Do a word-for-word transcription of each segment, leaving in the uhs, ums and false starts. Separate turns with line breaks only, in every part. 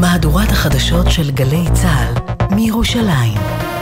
מהדורת החדשות של גלי צהל מירושלים.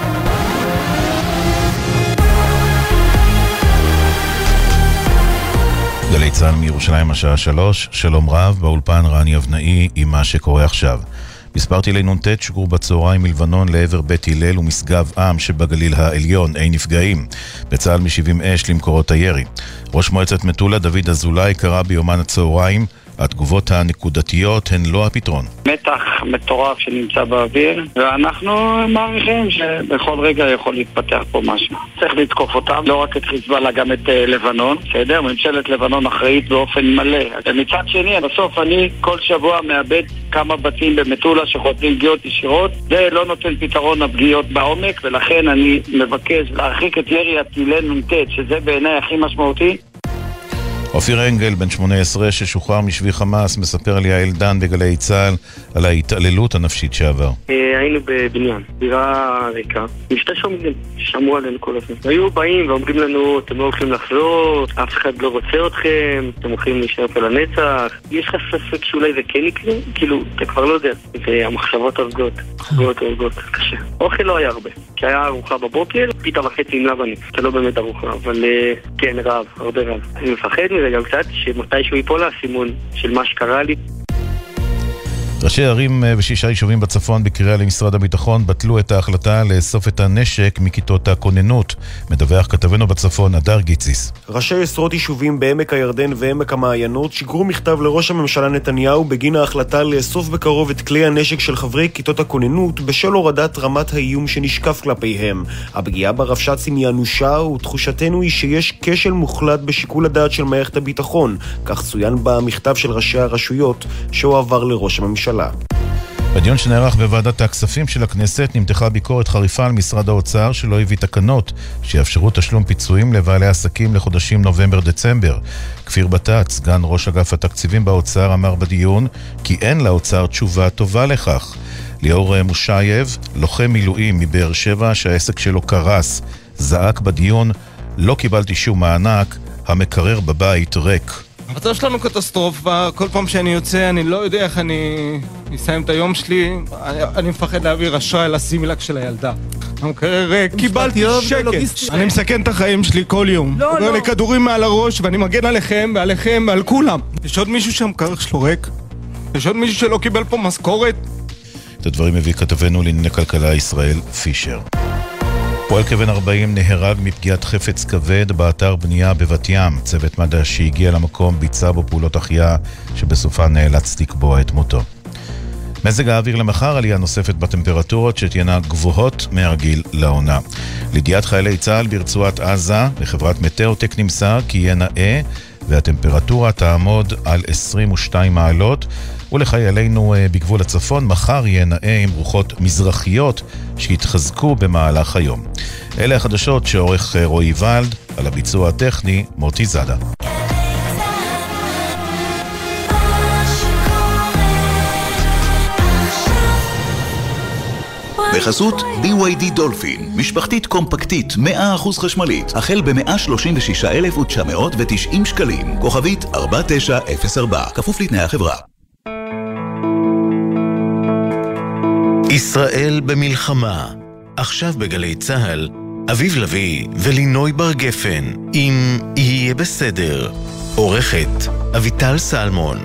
גלי צהל מירושלים השעה שלוש, שלום רב, באולפן רני אבנאי עם מה שקורה עכשיו. מספר טילי נונטט שוגרו בצהריים מלבנון לעבר בית הלל ומשגב עם שבגליל העליון, אין נפגעים. בצהל משיבים אש למקורות הירי. ראש מועצת מטולה דוד אזולאי קרא ביומן הצהריים, התגובות הנקודתיות הן לא הפתרון.
מתח מטורף שנמצא באוויר, ואנחנו מעריכים שבכל רגע יכול להתפתח פה משהו. צריך לתקוף אותם, לא רק את חיזבאללה, גם את לבנון, בסדר? ממשלת לבנון אחראית באופן מלא. מצד שני, בסוף אני כל שבוע מאבד כמה בתים במטולה שחוטפים פגיעות ישירות, זה לא נותן פתרון לפגיעות בעומק, ולכן אני מבקש להרחיק את ירי הטילי נונטט, שזה בעיניי הכי משמעותי.
אופיר אנגל, בן שמונה עשרה, ששוחרר משבי חמאס, מספר לי יעל דן בגלי צהל על ההתעללות הנפשית שעבר.
היינו בבניין, דירה ריקה, משתי שומרים, שמרו עלינו כל הזמן. היו באים ואומרים לנו, אתם לא הולכים לחזור, אף אחד לא רוצה אתכם, אתם הולכים להישאר פה לנצח. יש לך ספק שאולי זה כן יקרה? כאילו, אתה כבר לא יודע. והמחשבות הרגות, הרגות הרגות, קשה. אוכל לא היה הרבה, כי היה ארוחה בבוקר, פיתה וחצי עם לבנים. אתה לא באמת ארוחה, אבל כן, רב, הרבה רב. אני מפחד מזה גם קצת, שמתישהו ייפול הסימון של מה שקרה לי.
ראשי ערים ושישה יישובים בצפון בקריאה למשרד הביטחון בטלו את ההחלטה לאסוף את הנשק מכיתות הכוננות. מדווח כתבנו בצפון, אדר גיציס.
ראשי עשרות יישובים בעמק הירדן ועמק המעיינות שיגרו מכתב לראש הממשלה נתניהו בגין ההחלטה לאסוף בקרוב את כלי הנשק של חברי כיתות הכוננות בשל הורדת רמת האיום שנשקף כלפיהם. הפגיעה ברבש"צים היא אנושה, ותחושתנו היא שיש כשל מוחלט בשיקול הדעת של מערכת הביטחון, כך צוין במכתב של ראשי הרשויות שהועבר לראש הממשלה.
בדיון שנערך בוועדת הכספים של הכנסת נמתחה ביקורת חריפה על משרד האוצר שלא הביא תקנות שיאפשרו תשלום פיצויים לבעלי עסקים לחודשים נובמבר-דצמבר. כפיר בטט, סגן ראש אגף התקציבים באוצר, אמר בדיון כי אין לאוצר תשובה טובה לכך. ליאור מושייב, לוחם מילואים מבאר שבע שהעסק שלו קרס, זעק בדיון, לא קיבלתי שום מענק, המקרר בבית ריק.
המצב שלנו קטסטרופה, כל פעם שאני יוצא אני לא יודע איך אני אסיים את היום שלי, אני, אני מפחד להעביר אשראי לסימילק של הילדה. המקרר ריק, קיבלתי שקט, אני מסכן את החיים שלי כל יום, לא, לא. לכדורים מעל הראש ואני מגן עליכם ועליכם ועל כולם. יש עוד מישהו שהמקרר שלו ריק? יש עוד מישהו שלא קיבל פה משכורת?
את הדברים הביא כתבנו לענייני כלכלה ישראל פישר. פועל כבן ארבעים נהרג מפגיעת חפץ כבד באתר בנייה בבת ים. צוות מד"א שהגיע למקום ביצע בו פעולות החייאה שבסופה נאלץ לקבוע את מותו. מזג האוויר למחר, עלייה נוספת בטמפרטורות שתהיינה גבוהות מהרגיל לעונה. לידיעת חיילי צה"ל ברצועת עזה, לחברת מטאוטק נמסר כי יהיה נאה והטמפרטורה תעמוד על עשרים ושתיים מעלות, ולחיילינו בגבול הצפון מחר יהיה נאה עם רוחות מזרחיות שיתחזקו במהלך היום. אלה החדשות שעורך רועי ולד, על הביצוע הטכני מוטי זאדה.
בחסות בי וואי די דולפין, משפחתית קומפקטית מאה אחוז חשמלית, החל ב-מאה שלושים ותשעה אלף ותשע מאות ותשעים שקלים, כוכבית ארבע תשע אפס ארבע, כפוף לתנאי החברה.
ישראל במלחמה, עכשיו בגלי צהל, אביב לוי ולינוי בר גפן, אם יהיה בסדר. עורכת אביטל סלמון.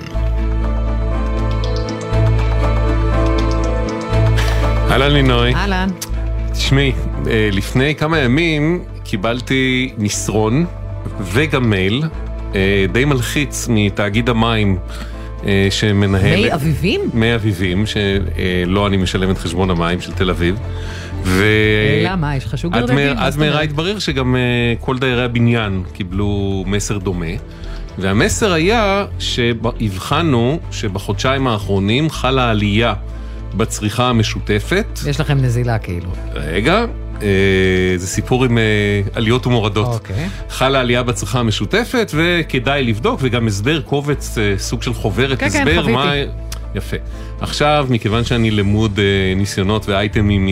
אהלן לינוי.
אהלן.
תשמעי, לפני כמה ימים קיבלתי מסרון וגם מייל די מלחיץ מתאגיד המים שמנהל...
מי אביבים?
מי אביבים, שלא אני משלם את חשבון המים של תל אביב. ו...
למה? יש לך שוגר דגים?
אז מהרה התברר שגם כל דיירי הבניין קיבלו מסר דומה. והמסר היה שהבחנו שבחודשיים האחרונים חלה עלייה בצריכה המשותפת.
יש לכם נזילה כאילו.
רגע, זה סיפור עם עליות ומורדות.
אוקיי.
חלה עלייה בצריכה המשותפת, וכדאי לבדוק, וגם הסבר קובץ, סוג של חוברת,
כן,
הסבר
כן,
מה... יפה. עכשיו, מכיוון שאני למוד ניסיונות ואייטמים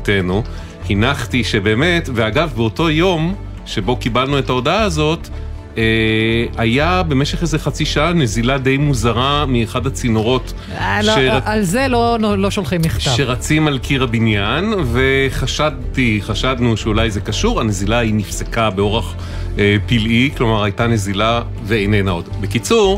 מתוכניתנו, הנחתי שבאמת, ואגב, באותו יום שבו קיבלנו את ההודעה הזאת, היה במשך איזה חצי שעה נזילה די מוזרה מאחד הצינורות
על זה לא שולחים מכתב
שרצים על קיר הבניין, וחשדתי, חשדנו שאולי זה קשור. הנזילה היא נפסקה באורח פלאי, כלומר הייתה נזילה ואיננה עוד. בקיצור,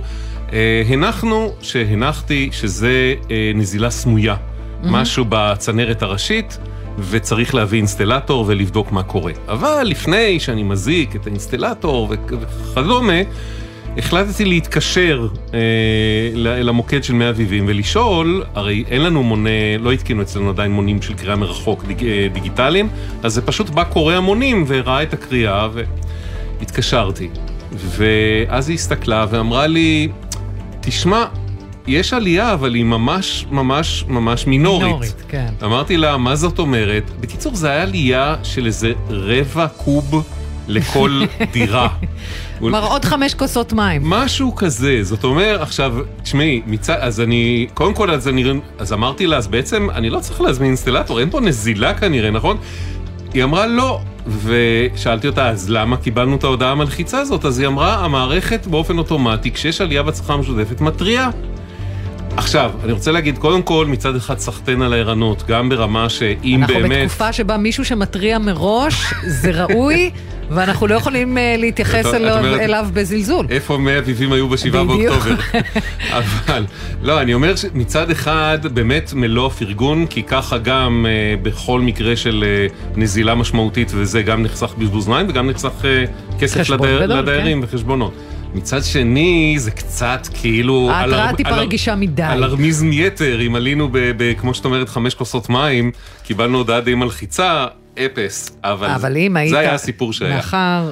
הנחנו שהנחתי שזה נזילה סמויה, משהו בצנרת הראשית, וצריך להביא אינסטלטור ולבדוק מה קורה. אבל לפני שאני מזיק את האינסטלטור וכדומה, החלטתי להתקשר אה, למוקד של מי אביבים ולשאול, הרי אין לנו מונה, לא התקינו אצלנו עדיין מונים של קריאה מרחוק דיג, דיגיטליים, אז זה פשוט בא קורא המונים וראה את הקריאה והתקשרתי. ואז היא הסתכלה ואמרה לי, תשמע, יש עלייה, אבל היא ממש, ממש, ממש מינורית.
מינורית, כן.
אמרתי לה, מה זאת אומרת? בקיצור, זה היה עלייה של איזה רבע קוב לכל דירה.
כלומר, עוד חמש כוסות מים.
משהו כזה. זאת אומרת, עכשיו, תשמעי, מצד, אז אני, קודם כל, אז, אני, אז אמרתי לה, אז בעצם, אני לא צריך להזמין אינסטלטור, אין פה נזילה כנראה, נכון? היא אמרה, לא. ושאלתי אותה, אז למה קיבלנו את ההודעה המלחיצה הזאת? אז היא אמרה, המערכת באופן אוטומטי, כשיש עלייה בצריכה המשותפת, מטריעה. עכשיו, אני רוצה להגיד, קודם כל, מצד אחד סחטן על הערנות, גם ברמה שאם
אנחנו
באמת...
אנחנו בתקופה שבה מישהו שמטריע מראש, זה ראוי, ואנחנו לא יכולים להתייחס אליו, אליו בזלזול.
איפה מי אביבים היו בשבעה באוקטובר? אבל, לא, אני אומר שמצד אחד, באמת מלוא פרגון, כי ככה גם uh, בכל מקרה של uh, נזילה משמעותית, וזה גם נחסך בזבוז מים, וגם נחסך uh, כסף לדייר, גדול, לדיירים כן. וחשבונות. מצד שני, זה קצת כאילו...
ההתראה טיפה רגישה מדי.
אלרמיזם יתר, אם עלינו, ב, ב, כמו שאת אומרת, חמש כוסות מים, קיבלנו הודעה די מלחיצה, אפס. אבל, אבל אם היית... זה היה הסיפור שהיה.
מאחר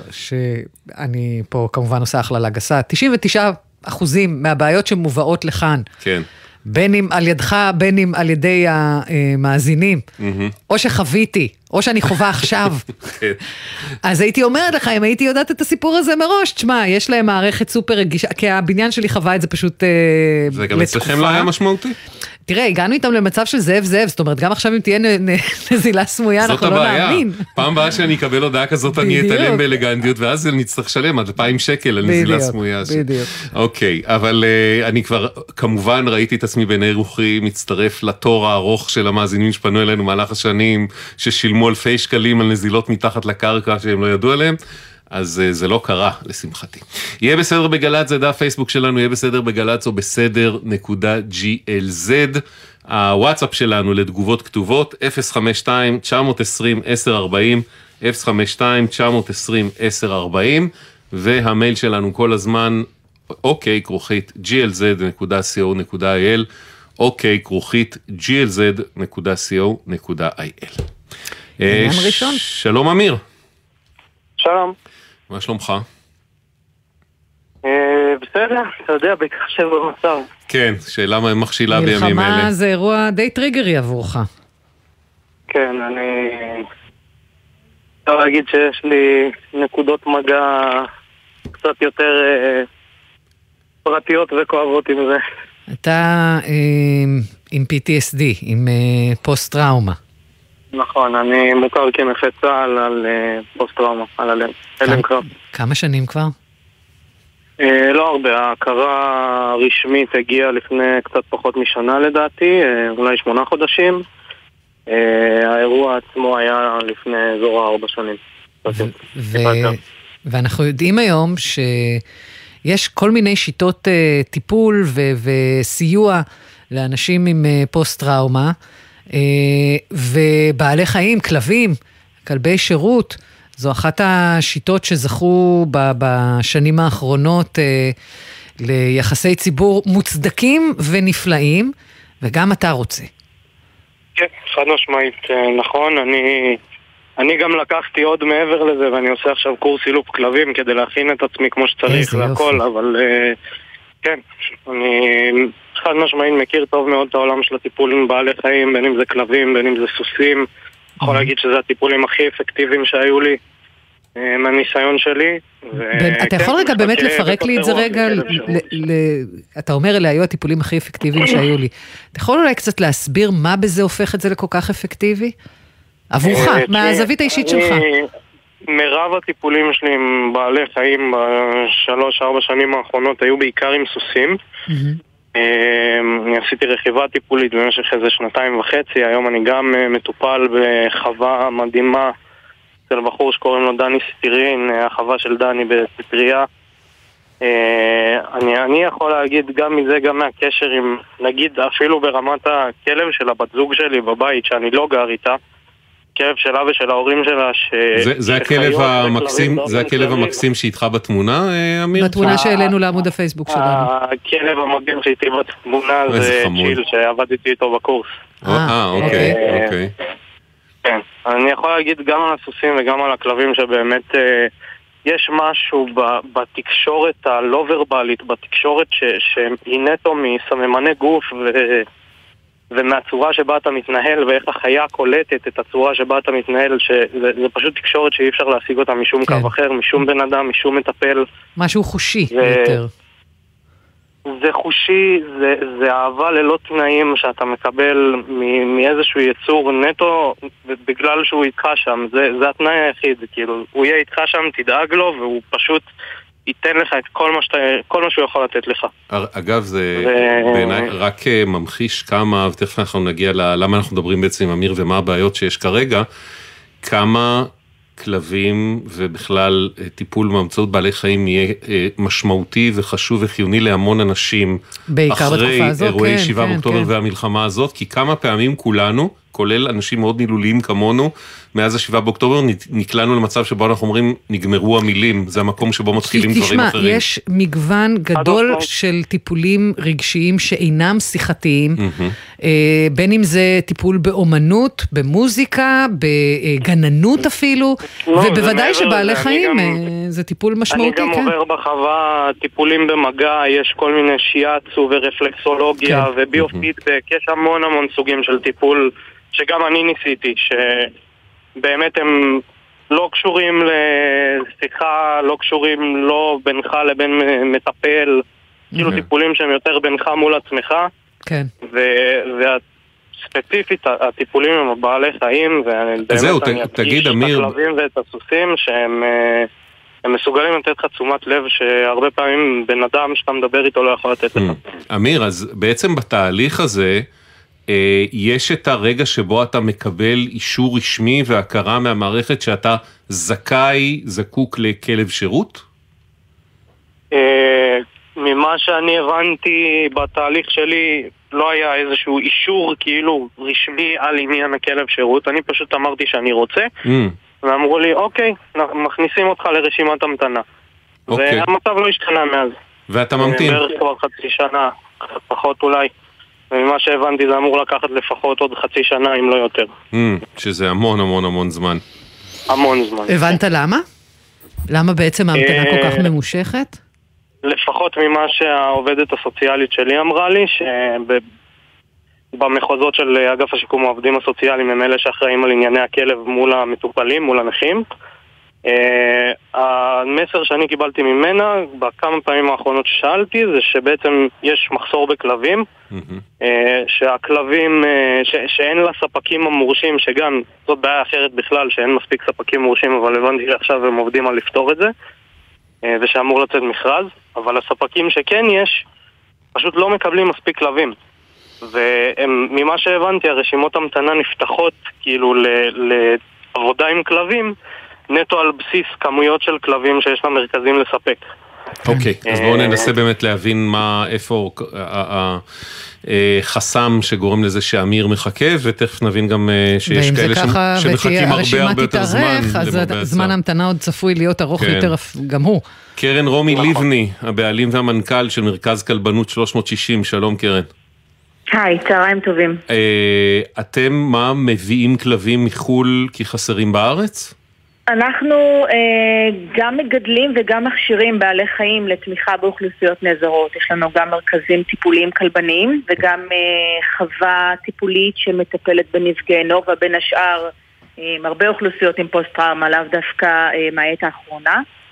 שאני פה כמובן עושה הכללה גסה, תשעים ותשעה אחוזים מהבעיות שמובאות לכאן,
כן.
בין אם על ידך, בין אם על ידי המאזינים, או שחוויתי, או שאני חובה עכשיו. אז הייתי אומרת לך, אם הייתי יודעת את הסיפור הזה מראש, תשמע, יש להם מערכת סופר רגישה, כי הבניין שלי חווה את זה פשוט לתקופה.
זה גם אצלכם לא היה משמעותי?
תראה, הגענו איתם למצב של זאב זאב, זאת אומרת, גם עכשיו אם תהיה נזילה סמויה, אנחנו לא נאמין.
פעם באה שאני אקבל הודעה כזאת, אני אתעלם באלגנטיות, ואז אני נצטרך לשלם עד אלפיים שקל על נזילה סמויה.
בדיוק.
אוקיי, אבל אני כבר, כמובן ראיתי את עצמי בעיני רוחי, מצטרף לתור הארוך של המאזינים שפנו אלינו מהלך השנים, ששילמו אלפי שקלים על נזילות מתחת לקרקע שהם לא ידעו עליהם. אז זה לא קרה, לשמחתי. יהיה בסדר בגלץ, זה דף פייסבוק שלנו, יהיה בסדר בגלץ או בסדר נקודה ג'י אל זד. הוואטסאפ שלנו לתגובות כתובות, אפס חמש שתיים תשע עשרים עשר ארבעים, אפס חמש שתיים תשע עשרים עשר ארבעים, והמייל שלנו כל הזמן, אוקיי, כרוכית, ג'י אל זד נקודה סי או נקודה איי אל, אוקיי, כרוכית, ג'י אל זד נקודה סי או נקודה איי אל.
עניין ראשון.
שלום אמיר.
שלום.
מה שלומך?
בסדר, אתה יודע, בהתחשב במצב.
כן, שאלה מכשילה בימים אלה.
מלחמה זה אירוע די טריגרי עבורך.
כן, אני... אפשר להגיד שיש לי נקודות מגע קצת יותר פרטיות וכואבות עם זה. אתה
עם פי טי אס די, עם פוסט-טראומה.
נכון, אני מוכר כנכה צה"ל על פוסט-טראומה, על הלם קרב.
כמה שנים כבר?
לא הרבה, ההכרה הרשמית הגיעה לפני קצת פחות משנה לדעתי, אולי שמונה חודשים. האירוע עצמו היה לפני אזור הארבע שנים.
ואנחנו יודעים היום שיש כל מיני שיטות טיפול וסיוע לאנשים עם פוסט-טראומה, ובעלי חיים, כלבים, כלבי שירות, זו אחת השיטות שזכו בשנים האחרונות ליחסי ציבור מוצדקים ונפלאים, וגם אתה רוצה.
כן, חד משמעית, נכון. אני, אני גם לקחתי עוד מעבר לזה, ואני עושה עכשיו קורס סילוק כלבים כדי להכין את עצמי כמו שצריך והכל, אבל כן, אני חד משמעית מכיר טוב מאוד את העולם של הטיפול עם בעלי חיים, בין אם זה כלבים, בין אם זה סוסים. יכול להגיד שזה הטיפולים הכי אפקטיביים שהיו לי מהניסיון שלי.
אתה יכול רגע באמת לפרק לי את זה רגע, אתה אומר אלה היו הטיפולים הכי אפקטיביים שהיו לי. אתה יכול אולי קצת להסביר מה בזה הופך את זה לכל כך אפקטיבי? עבורך, מהזווית האישית שלך.
מרב הטיפולים שלי עם בעלי חיים בשלוש, ארבע שנים האחרונות היו בעיקר עם סוסים. אני עשיתי רכיבה טיפולית במשך איזה שנתיים וחצי, היום אני גם מטופל בחווה מדהימה של בחור שקוראים לו דני סטירין, החווה של דני בפטריה. אני, אני יכול להגיד גם מזה, גם מהקשר עם, נגיד אפילו ברמת הכלב של הבת זוג שלי בבית שאני לא גר איתה, כלב שלה ושל ההורים שלה ש...
זה, זה הכלב המקסים, זה הכלב המקסים שאיתך בתמונה, אמיר?
בתמונה שהעלינו לעמוד הפייסבוק שלנו.
הכלב המקסים שאיתי בתמונה זה צ'יל שעבדתי איתו בקורס.
אה, אוקיי, אוקיי.
כן, אני יכול להגיד גם על הסוסים וגם על הכלבים שבאמת יש משהו בתקשורת הלא ורבלית, בתקשורת שהיא נטו מסממני גוף ו... ומהצורה שבה אתה מתנהל ואיך החיה קולטת את הצורה שבה אתה מתנהל, שזה זה פשוט תקשורת שאי אפשר להשיג אותה משום כן. קו אחר, משום בן אדם, משום מטפל.
משהו חושי
ו...
יותר.
זה חושי, זה, זה אהבה ללא תנאים שאתה מקבל מ- מאיזשהו יצור נטו בגלל שהוא איתך שם, זה, זה התנאי היחיד, כאילו, הוא יהיה איתך שם, תדאג לו והוא פשוט ייתן לך את כל מה, שאתה, כל מה שהוא יכול לתת לך.
אגב, זה ו... בעיניי רק ממחיש כמה, ותכף אנחנו נגיע למה אנחנו מדברים בעצם עם אמיר ומה הבעיות שיש כרגע, כמה כלבים ובכלל טיפול באמצעות בעלי חיים יהיה משמעותי וחשוב וחיוני להמון אנשים אחרי אירועי שבעה באוקטובר והמלחמה הזאת, כי כמה פעמים כולנו, כולל אנשים מאוד נילוליים כמונו, מאז השבעה באוקטובר נקלענו למצב שבו אנחנו אומרים, נגמרו המילים, זה המקום שבו מתחילים דברים אחרים.
תשמע, יש מגוון גדול של טיפולים רגשיים שאינם שיחתיים, בין אם זה טיפול באומנות, במוזיקה, בגננות אפילו, ובוודאי שבעלי חיים זה טיפול משמעותי.
אני גם עובר בחווה טיפולים במגע, יש כל מיני שיאצו ורפלקסולוגיה וביופידבק, יש המון המון סוגים של טיפול שגם אני ניסיתי, שבאמת הם לא קשורים לשיחה, לא קשורים לא בינך לבין מטפל, כאילו טיפולים שהם יותר בינך מול עצמך.
כן.
והספציפית, הטיפולים הם הבעלי חיים, ובאמת אני אדגיש את הכלבים ואת הסוסים, שהם הם מסוגלים לתת לך תשומת לב שהרבה פעמים בן אדם שאתה מדבר איתו לא יכול לתת לך.
אמיר, אז בעצם בתהליך הזה, יש את הרגע שבו אתה מקבל אישור רשמי והכרה מהמערכת שאתה זכאי, זקוק לכלב שירות?
ממה שאני הבנתי בתהליך שלי לא היה איזשהו אישור כאילו רשמי על עניין הכלב שירות, אני פשוט אמרתי שאני רוצה ואמרו לי אוקיי, מכניסים אותך לרשימת המתנה והמצב לא השתנה מאז.
ואתה ממתין?
בערך כבר חצי שנה, פחות אולי. וממה שהבנתי זה אמור לקחת לפחות עוד חצי שנה אם לא יותר.
שזה המון המון המון זמן.
המון זמן.
הבנת למה? למה בעצם ההמתנה כל כך ממושכת?
לפחות ממה שהעובדת הסוציאלית שלי אמרה לי, שבמחוזות של אגף השיקום העובדים הסוציאליים הם אלה שאחראים על ענייני הכלב מול המטופלים, מול הנכים. המסר שאני קיבלתי ממנה בכמה פעמים האחרונות ששאלתי זה שבעצם יש מחסור בכלבים, שהכלבים שאין לה ספקים המורשים, שגם זאת בעיה אחרת בכלל שאין מספיק ספקים מורשים, אבל הבנתי שעכשיו הם עובדים על לפתור את זה ושאמור לצאת מכרז, אבל הספקים שכן יש פשוט לא מקבלים מספיק כלבים, וממה שהבנתי הרשימות המתנה נפתחות כאילו לעבודה עם כלבים נטו על בסיס כמויות של כלבים שיש למרכזים לספק.
אוקיי, אז בואו ננסה באמת להבין מה, איפה החסם שגורם לזה שאמיר מחכה, ותכף נבין גם שיש כאלה שמחכים הרבה הרבה יותר זמן.
אז זמן המתנה עוד צפוי להיות ארוך יותר גם הוא.
קרן רומי לבני, הבעלים והמנכ"ל של מרכז כלבנות שלוש מאות שישים, שלום קרן.
היי, צהריים טובים.
אתם מה, מביאים כלבים מחול כי חסרים בארץ?
אנחנו אה, גם מגדלים וגם מכשירים בעלי חיים לתמיכה באוכלוסיות נעזרות. יש לנו גם מרכזים טיפוליים כלבניים וגם אה, חווה טיפולית שמטפלת בנפגעי נובה, בין השאר אה, הרבה אוכלוסיות עם פוסט-טראומה, לאו דווקא אה, מהעת האחרונה. Mm-hmm.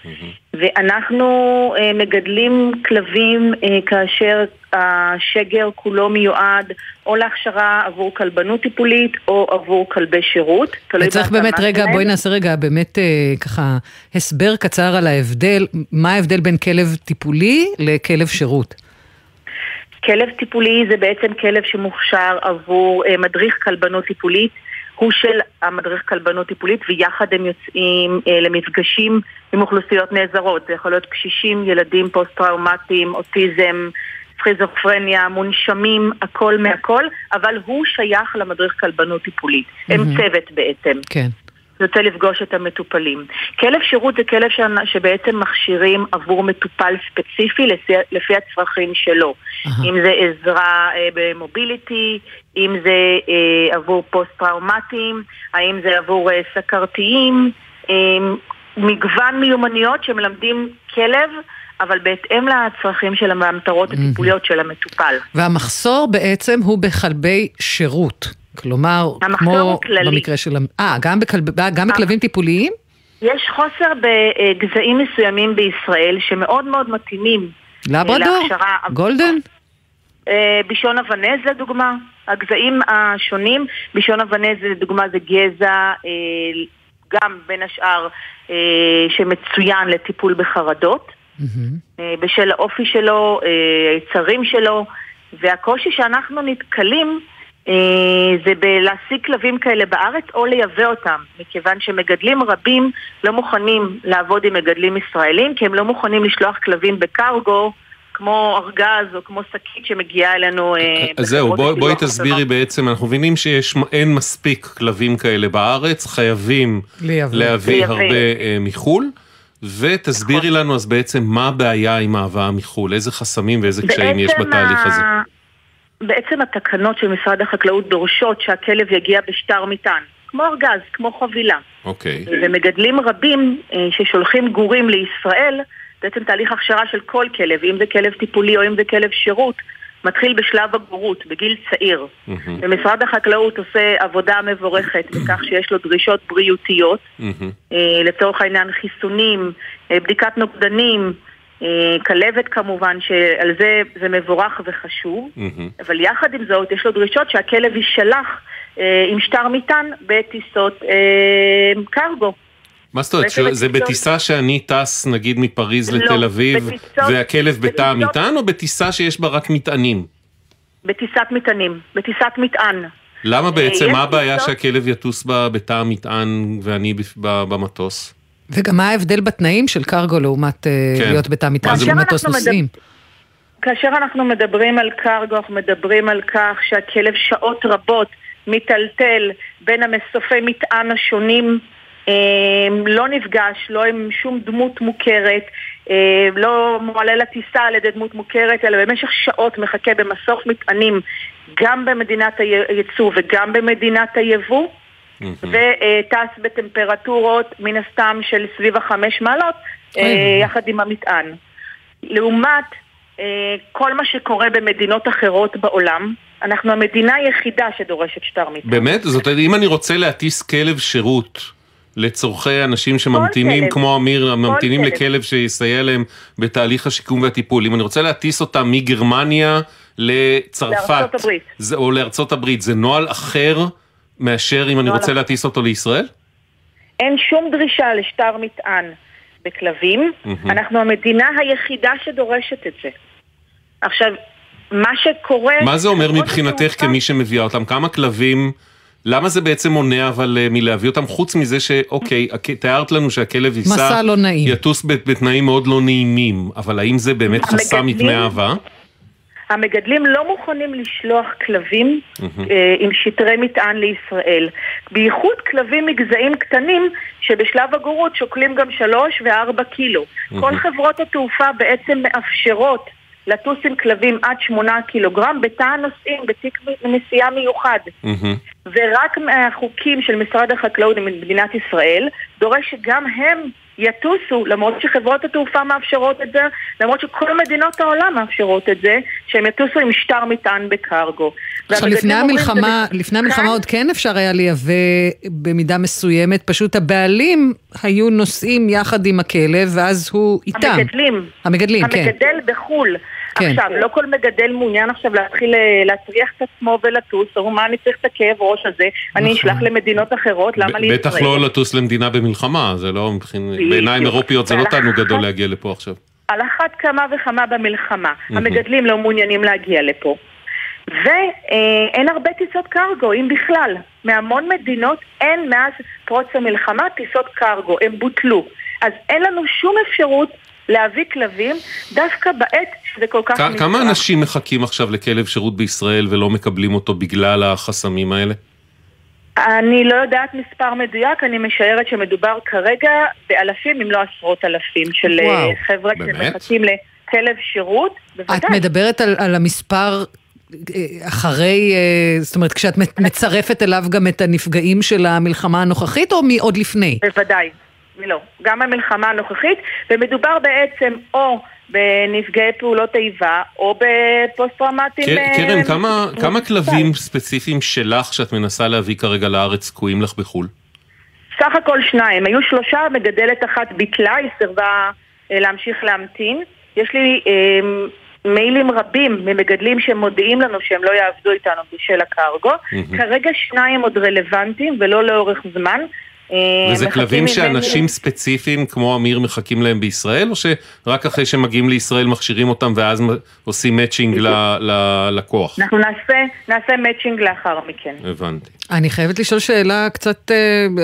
ואנחנו אה, מגדלים כלבים אה, כאשר השגר כולו מיועד או להכשרה עבור כלבנות טיפולית או עבור כלבי שירות.
וצריך באמת רגע, בואי נעשה רגע באמת אה, ככה הסבר קצר על ההבדל, מה ההבדל בין כלב טיפולי לכלב שירות?
כלב טיפולי זה בעצם כלב שמוכשר עבור אה, מדריך כלבנות טיפולית, הוא של המדריך כלבנות טיפולית, ויחד הם יוצאים אה, למפגשים עם אוכלוסיות נעזרות. זה יכול להיות קשישים, ילדים פוסט-טראומטיים, אוטיזם, סכיזופרניה, מונשמים, הכל מהכל, אבל הוא שייך למדריך כלבנות טיפולית. Mm-hmm. הם צוות בעצם. כן. זה רוצה לפגוש את המטופלים. כלב שירות זה כלב ש... שבעצם מכשירים עבור מטופל ספציפי לפי, לפי הצרכים שלו. Uh-huh. אם זה עזרה אה, במוביליטי, אם זה אה, עבור פוסט-טראומטיים, האם זה עבור אה, סכרתיים, אה, מגוון מיומנויות שמלמדים כלב, אבל בהתאם לצרכים של המטרות הטיפוליות של המטופל.
והמחסור בעצם הוא בכלבי שירות. כלומר, כמו במקרה של... אה, גם, בכלב... גם בכלבים טיפוליים?
יש חוסר בגזעים מסוימים בישראל שמאוד מאוד מתאימים.
לברדור? גולדן?
בישון אבנז זה דוגמה. הגזעים השונים, בישון אבנז זה דוגמה, זה גזע, גם בין השאר שמצוין לטיפול בחרדות. בשל האופי שלו, היצרים שלו, והקושי שאנחנו נתקלים זה בלהשיג כלבים כאלה בארץ או לייבא אותם, מכיוון שמגדלים רבים לא מוכנים לעבוד עם מגדלים ישראלים, כי הם לא מוכנים לשלוח כלבים בקרגו כמו ארגז או כמו שקית שמגיעה אלינו.
אז זהו, בואי בוא תסבירי בעצם, אנחנו מבינים שאין מספיק כלבים כאלה בארץ, חייבים להביא הרבה מחול, ותסבירי לנו אז בעצם מה הבעיה עם ההבאה מחול, איזה חסמים ואיזה קשיים יש בתהליך הזה.
בעצם התקנות של משרד החקלאות דורשות שהכלב יגיע בשטר מטען, כמו ארגז, כמו חבילה.
אוקיי.
ומגדלים רבים ששולחים גורים לישראל, בעצם תהליך הכשרה של כל כלב, אם זה כלב טיפולי או אם זה כלב שירות, מתחיל בשלב הגורות, בגיל צעיר. Mm-hmm. ומשרד החקלאות עושה עבודה מבורכת בכך שיש לו דרישות בריאותיות, mm-hmm. לצורך העניין חיסונים, בדיקת נוגדנים, כלבת כמובן, שעל זה זה מבורך וחשוב, mm-hmm. אבל יחד עם זאת יש לו דרישות שהכלב יישלח עם שטר מטען בטיסות קרגו.
מה זאת אומרת? זה בטיסה שאני טס נגיד מפריז לתל אביב והכלב בתא המטען, או בטיסה שיש בה רק מטענים?
בטיסת מטענים, בטיסת מטען.
למה בעצם? מה הבעיה שהכלב יטוס בה בתא המטען ואני במטוס?
וגם מה ההבדל בתנאים של קרגו לעומת להיות בתא מטען של מטוס נוסעים?
כאשר אנחנו מדברים על קרגו, אנחנו מדברים על כך שהכלב שעות רבות מטלטל בין המסופי מטען השונים, לא נפגש, לא עם שום דמות מוכרת, לא מועלה לטיסה על ידי דמות מוכרת, אלא במשך שעות מחכה במסוף מטענים גם במדינת הייצוא וגם במדינת היבוא, וטס בטמפרטורות מן הסתם של סביב החמש מעלות יחד עם המטען. לעומת כל מה שקורה במדינות אחרות בעולם, אנחנו המדינה היחידה שדורשת שטר מטען.
באמת? זאת אומרת, אם אני רוצה להטיס כלב שירות לצורכי אנשים שממתינים כמו אמיר, ממתינים לכלב שיסייע להם בתהליך השיקום והטיפול, אם אני רוצה להטיס אותם מגרמניה לצרפת או לארצות הברית, זה נוהל אחר מאשר אם אני רוצה להטיס אותו לישראל?
אין שום דרישה לשטר מטען בכלבים, אנחנו המדינה היחידה שדורשת את זה. עכשיו, מה שקורה...
מה זה אומר מבחינתך כמי שמביאה אותם? כמה כלבים... למה זה בעצם מונע אבל מלהביא אותם, חוץ מזה שאוקיי, תיארת לנו שהכלב ייסע,
לא
יטוס בתנאים מאוד לא נעימים, אבל האם זה באמת חסם מפני אהבה?
המגדלים לא מוכנים לשלוח כלבים אה, עם שטרי מטען לישראל, בייחוד כלבים מגזעים קטנים שבשלב הגורות שוקלים גם שלוש וארבע קילו. כל חברות התעופה בעצם מאפשרות לטוס עם כלבים עד שמונה קילוגרם בתא הנוסעים, בתיק נסיעה מיוחד. ורק מהחוקים של משרד החקלאות במדינת ישראל דורש שגם הם יטוסו, למרות שחברות התעופה מאפשרות את זה, למרות שכל מדינות העולם מאפשרות את זה, שהם יטוסו עם שטר מטען בקרגו.
עכשיו, לפני המלחמה, לפני המלחמה עוד כן אפשר היה לייבא במידה מסוימת, פשוט הבעלים היו נוסעים יחד עם הכלב, ואז הוא איתם.
המגדלים.
המגדלים, כן.
המגדל בחול.
כן.
עכשיו, לא כל מגדל מעוניין עכשיו להתחיל להצריח את עצמו ולטוס, או מה אני צריך את הכאב ראש הזה, אני אשלח למדינות אחרות, למה לישראל?
בטח לא לטוס למדינה במלחמה, זה לא, בעיניים אירופיות זה לא תענוג גדול להגיע לפה עכשיו.
על אחת כמה וכמה במלחמה, המגדלים לא מעוניינים להגיע לפה. ואין הרבה טיסות קרגו, אם בכלל. מהמון מדינות אין מאז פרוץ המלחמה טיסות קרגו, הם בוטלו. אז אין לנו שום אפשרות להביא כלבים, דווקא בעת שזה כל כך מצטרח.
כמה אנשים מחכים עכשיו לכלב שירות בישראל ולא מקבלים אותו בגלל החסמים האלה?
אני לא יודעת מספר מדויק, אני משערת שמדובר כרגע באלפים, אם לא עשרות אלפים של וואו, חבר'ה שמחכים לכלב שירות. בוודאי.
את מדברת על, על המספר אחרי, זאת אומרת, כשאת מצרפת אליו גם את הנפגעים של המלחמה הנוכחית, או מעוד לפני?
בוודאי. לא, גם המלחמה הנוכחית, ומדובר בעצם או בנפגעי פעולות איבה, או בפוסט-טראומטיים.
קרן, כמה, כמה כלבים ספציפיים שלך שאת מנסה להביא כרגע לארץ תקועים לך בחול?
סך הכל שניים, היו שלושה, מגדלת אחת ביטלה, היא סירבה להמשיך להמתין. יש לי אה, מיילים רבים ממגדלים שמודיעים לנו שהם לא יעבדו איתנו בשל הקרגו. Mm-hmm. כרגע שניים עוד רלוונטיים ולא לאורך זמן.
וזה כלבים שאנשים ספציפיים כמו אמיר מחכים להם בישראל, או שרק אחרי שמגיעים לישראל מכשירים אותם ואז עושים מאצ'ינג ללקוח?
אנחנו נעשה, נעשה מאצ'ינג לאחר מכן.
הבנתי.
אני חייבת לשאול שאלה קצת,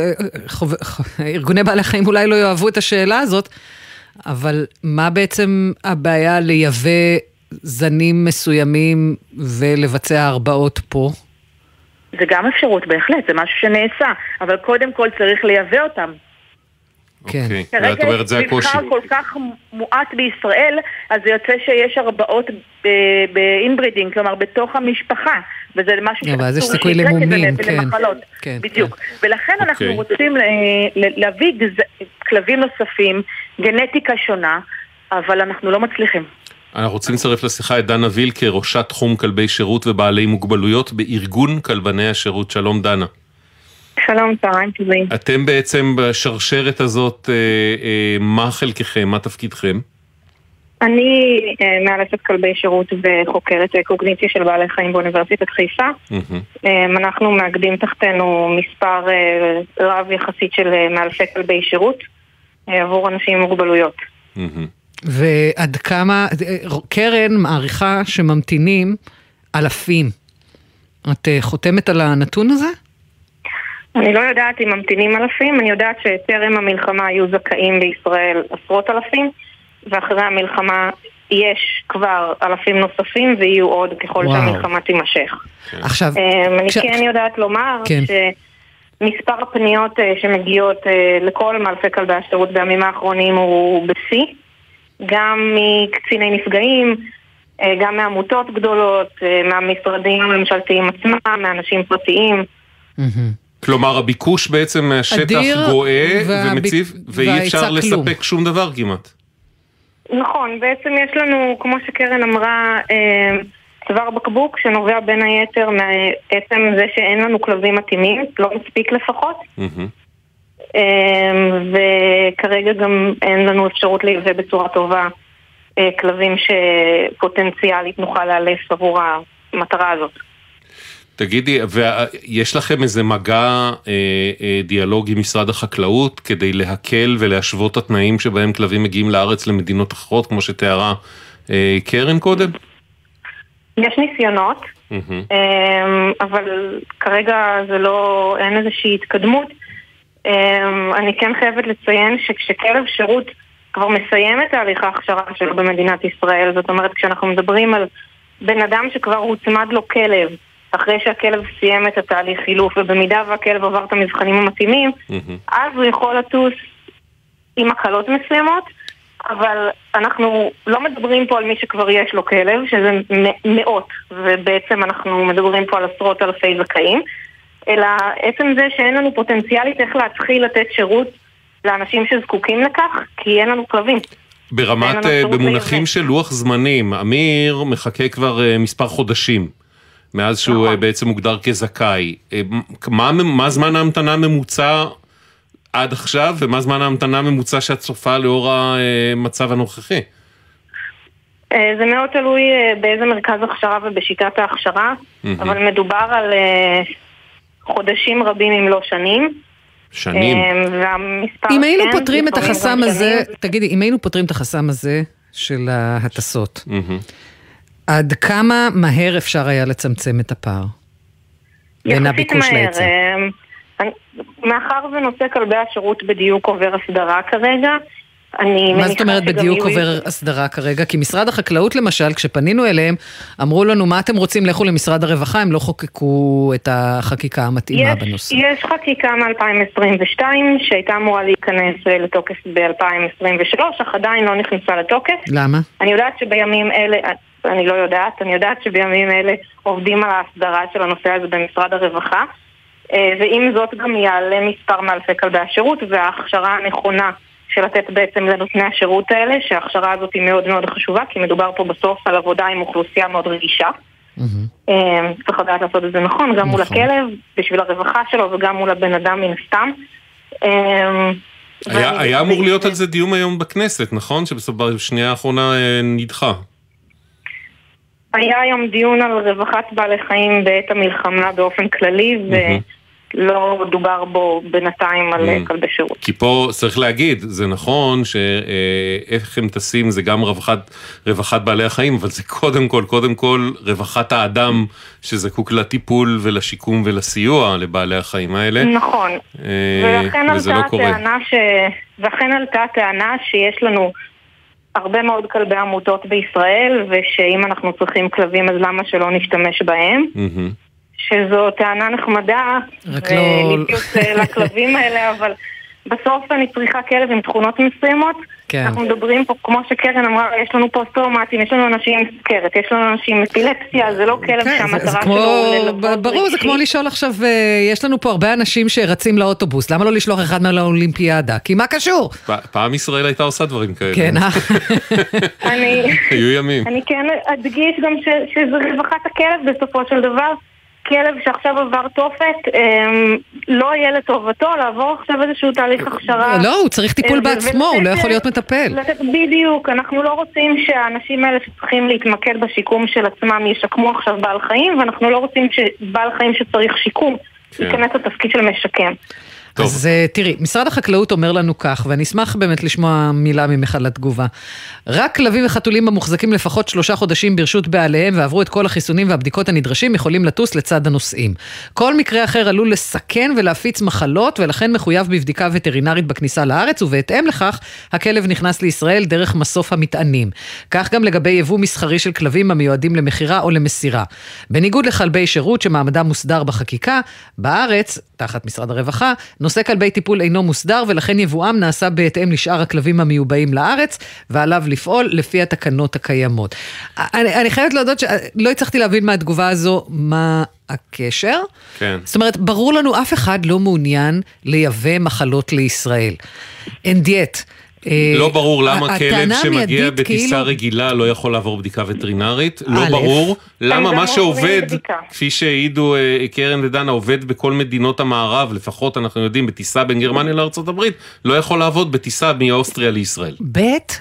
ארגוני בעלי חיים אולי לא יאהבו את השאלה הזאת, אבל מה בעצם הבעיה לייבא זנים מסוימים ולבצע הרבעות פה?
זה גם אפשרות בהחלט, זה משהו שנעשה, אבל קודם כל צריך לייבא אותם.
כן.
כרגע יש מבחר כל כך מועט בישראל, אז זה יוצא שיש הרבעות באינברידינג, כלומר בתוך המשפחה, וזה משהו
שאסור שיגרק את זה
למחלות. בדיוק. ולכן אנחנו רוצים להביא כלבים נוספים, גנטיקה שונה, אבל אנחנו לא מצליחים.
אנחנו רוצים לצרף לשיחה את דנה וילקר, ראשת תחום כלבי שירות ובעלי מוגבלויות בארגון כלבני השירות. שלום דנה.
שלום, צהריים טובים.
אתם בעצם בשרשרת הזאת, אה, אה, מה חלקכם, מה תפקידכם?
אני אה, מאלפת כלבי שירות וחוקרת קוגניציה של בעלי חיים באוניברסיטת חיפה. Mm-hmm. אה, אנחנו מאגדים תחתנו מספר אה, רב יחסית של אה, מאלפי כלבי שירות אה, עבור אנשים עם מוגבלויות.
Mm-hmm. ועד כמה, קרן מעריכה שממתינים אלפים. את חותמת על הנתון הזה?
אני לא יודעת אם ממתינים אלפים, אני יודעת שטרם המלחמה היו זכאים בישראל עשרות אלפים, ואחרי המלחמה יש כבר אלפים נוספים, ויהיו עוד ככל וואו. שהמלחמה תימשך.
עכשיו,
אני
כש...
כן יודעת לומר כן. שמספר הפניות שמגיעות לכל מאלפי כלבי השירות בימים האחרונים הוא בשיא, גם מקציני נפגעים, גם מעמותות גדולות, מהמשרדים הממשלתיים עצמם, מאנשים פרטיים.
כלומר, הביקוש בעצם מהשטח גואה ומציב, ואי אפשר לספק שום דבר כמעט.
נכון, בעצם יש לנו, כמו שקרן אמרה, צוואר בקבוק שנובע בין היתר מעצם זה שאין לנו כלבים מתאימים, לא מספיק לפחות. וכרגע גם אין לנו אפשרות לייבא בצורה טובה כלבים שפוטנציאלית נוכל לאלף עבור המטרה הזאת.
תגידי, ויש לכם איזה מגע, דיאלוג עם משרד החקלאות כדי להקל ולהשוות התנאים שבהם כלבים מגיעים לארץ למדינות אחרות, כמו שתיארה קרן קודם?
יש ניסיונות, אבל כרגע זה לא, אין איזושהי התקדמות. אני כן חייבת לציין שכשכלב שירות כבר מסיים את תהליך ההכשרה שלו במדינת ישראל, זאת אומרת כשאנחנו מדברים על בן אדם שכבר הוצמד לו כלב, אחרי שהכלב סיים את התהליך חילוף, ובמידה והכלב עבר את המבחנים המתאימים, אז הוא יכול לטוס עם הקלות מסוימות, אבל אנחנו לא מדברים פה על מי שכבר יש לו כלב, שזה מאות, ובעצם אנחנו מדברים פה על עשרות אלפי זכאים, אלא עצם זה שאין לנו פוטנציאלית איך להתחיל לתת שירות לאנשים שזקוקים לכך, כי אין לנו כלבים.
ברמת, במונחים של לוח זמנים, אמיר מחכה כבר מספר חודשים, מאז שהוא נכון. בעצם מוגדר כזכאי. מה, מה זמן ההמתנה הממוצע עד עכשיו, ומה זמן ההמתנה הממוצע שאת צופה לאור המצב הנוכחי?
זה מאוד תלוי באיזה מרכז הכשרה ובשיטת ההכשרה, אבל מדובר על חודשים רבים אם לא שנים.
שנים.
אם היינו פותרים את החסם הזה, תגידי, אם היינו פותרים את החסם הזה של ההטסות, עד כמה מהר אפשר היה לצמצם את הפער? בין הביקוש להיצע.
מאחר ונושא כלבי השירות בדיוק עובר הסדרה כרגע,
מה זאת אומרת בדיוק עובר הסדרה כרגע? כי משרד החקלאות למשל, כשפנינו אליהם, אמרו לנו מה אתם רוצים, לכו למשרד הרווחה, הם לא חוקקו את החקיקה המתאימה בנושא.
יש חקיקה מ-אלפיים עשרים ושתיים שהייתה אמורה להיכנס לתוקף ב-אלפיים עשרים ושלוש, אך עדיין לא נכנסה לתוקף.
למה?
אני יודעת שבימים אלה, אני לא יודעת, אני יודעת שבימים אלה עובדים על ההסדרה של הנושא הזה במשרד הרווחה, ועם זאת גם יעלה מספר מאלפי כלבי השירות, וההכשרה הנכונה של לתת בעצם לנותני השירות האלה, שההכשרה הזאת היא מאוד מאוד חשובה, כי מדובר פה בסוף על עבודה עם אוכלוסייה מאוד רגישה. צריך לדעת לעשות את זה נכון, גם מול הכלב, בשביל הרווחה שלו, וגם מול הבן אדם מן הסתם.
היה אמור להיות על זה דיון היום בכנסת, נכון? שבשנייה האחרונה נדחה.
היה היום דיון על רווחת בעלי חיים בעת המלחמה באופן כללי, ו... לא דובר בו בינתיים על כלבי שירות.
כי פה צריך להגיד, זה נכון שאיך הם טסים זה גם רווחת, רווחת בעלי החיים, אבל זה קודם כל, קודם כל רווחת האדם שזקוק לטיפול ולשיקום ולסיוע לבעלי החיים האלה.
נכון. ולכן
וזה לא קורה.
ש... ולכן עלתה הטענה שיש לנו הרבה מאוד כלבי עמותות בישראל, ושאם אנחנו צריכים כלבים אז למה שלא נשתמש בהם. שזו טענה נחמדה, ולהתיוס לכלבים האלה, אבל בסוף אני צריכה כלב עם תכונות מסוימות. אנחנו מדברים פה, כמו שקרן אמרה, יש לנו פוסט-טראומטיים, יש לנו אנשים עם סוכרת, יש לנו אנשים עם אפילפסיה, זה לא כלב שהמטרה שלו...
ברור, זה כמו לשאול עכשיו, יש לנו פה הרבה אנשים שרצים לאוטובוס, למה לא לשלוח אחד מהאולימפיאדה? כי מה קשור?
פעם ישראל הייתה עושה דברים כאלה.
כן, אה?
היו ימים.
אני כן אדגיש גם שזה רווחת הכלב בסופו של דבר, כלב שעכשיו עבר תופת, לא יהיה לטובתו לעבור עכשיו איזשהו תהליך הכשרה.
לא, הוא צריך טיפול בעצמו, הוא לא יכול להיות מטפל.
בדיוק, אנחנו לא רוצים שהאנשים האלה שצריכים להתמקד בשיקום של עצמם ישקמו עכשיו בעל חיים, ואנחנו לא רוצים שבעל חיים שצריך שיקום ייכנס לתפקיד של משקם.
אז תראי, משרד החקלאות אומר לנו כך, ואני אשמח באמת לשמוע מילה ממך על התגובה. רק כלבים וחתולים המוחזקים לפחות שלושה חודשים ברשות בעליהם ועברו את כל החיסונים והבדיקות הנדרשים יכולים לטוס לצד הנוסעים. כל מקרה אחר עלול לסכן ולהפיץ מחלות, ולכן מחויב בבדיקה וטרינרית בכניסה לארץ, ובהתאם לכך הכלב נכנס לישראל דרך מסוף המטענים. כך גם לגבי יבוא מסחרי של כלבים המיועדים למחירה או למסירה. בניגוד לכלבי שירות שמעמדם מוסדר בחקיקה, בארץ, תחת משרד הרווחה, נושא כלבי טיפול אינו מוסדר, ולכן יבואם נעשה בהתאם לשאר הכלבים המיובאים לארץ, ועליו לפעול לפי התקנות הקיימות. אני, אני חייבת להודות שלא הצלחתי להבין מהתגובה הזו מה הקשר.
כן.
זאת אומרת, ברור לנו אף אחד לא מעוניין לייבא מחלות לישראל. אין דיאט.
לא ברור למה כלב שמגיע בטיסה רגילה לא יכול לעבור בדיקה וטרינרית, לא ברור למה מה שעובד, כפי שהעידו קרן ודנה, עובד בכל מדינות המערב, לפחות אנחנו יודעים, בטיסה בין גרמניה לארצות הברית, לא יכול לעבוד בטיסה מאוסטריה לישראל.
בית,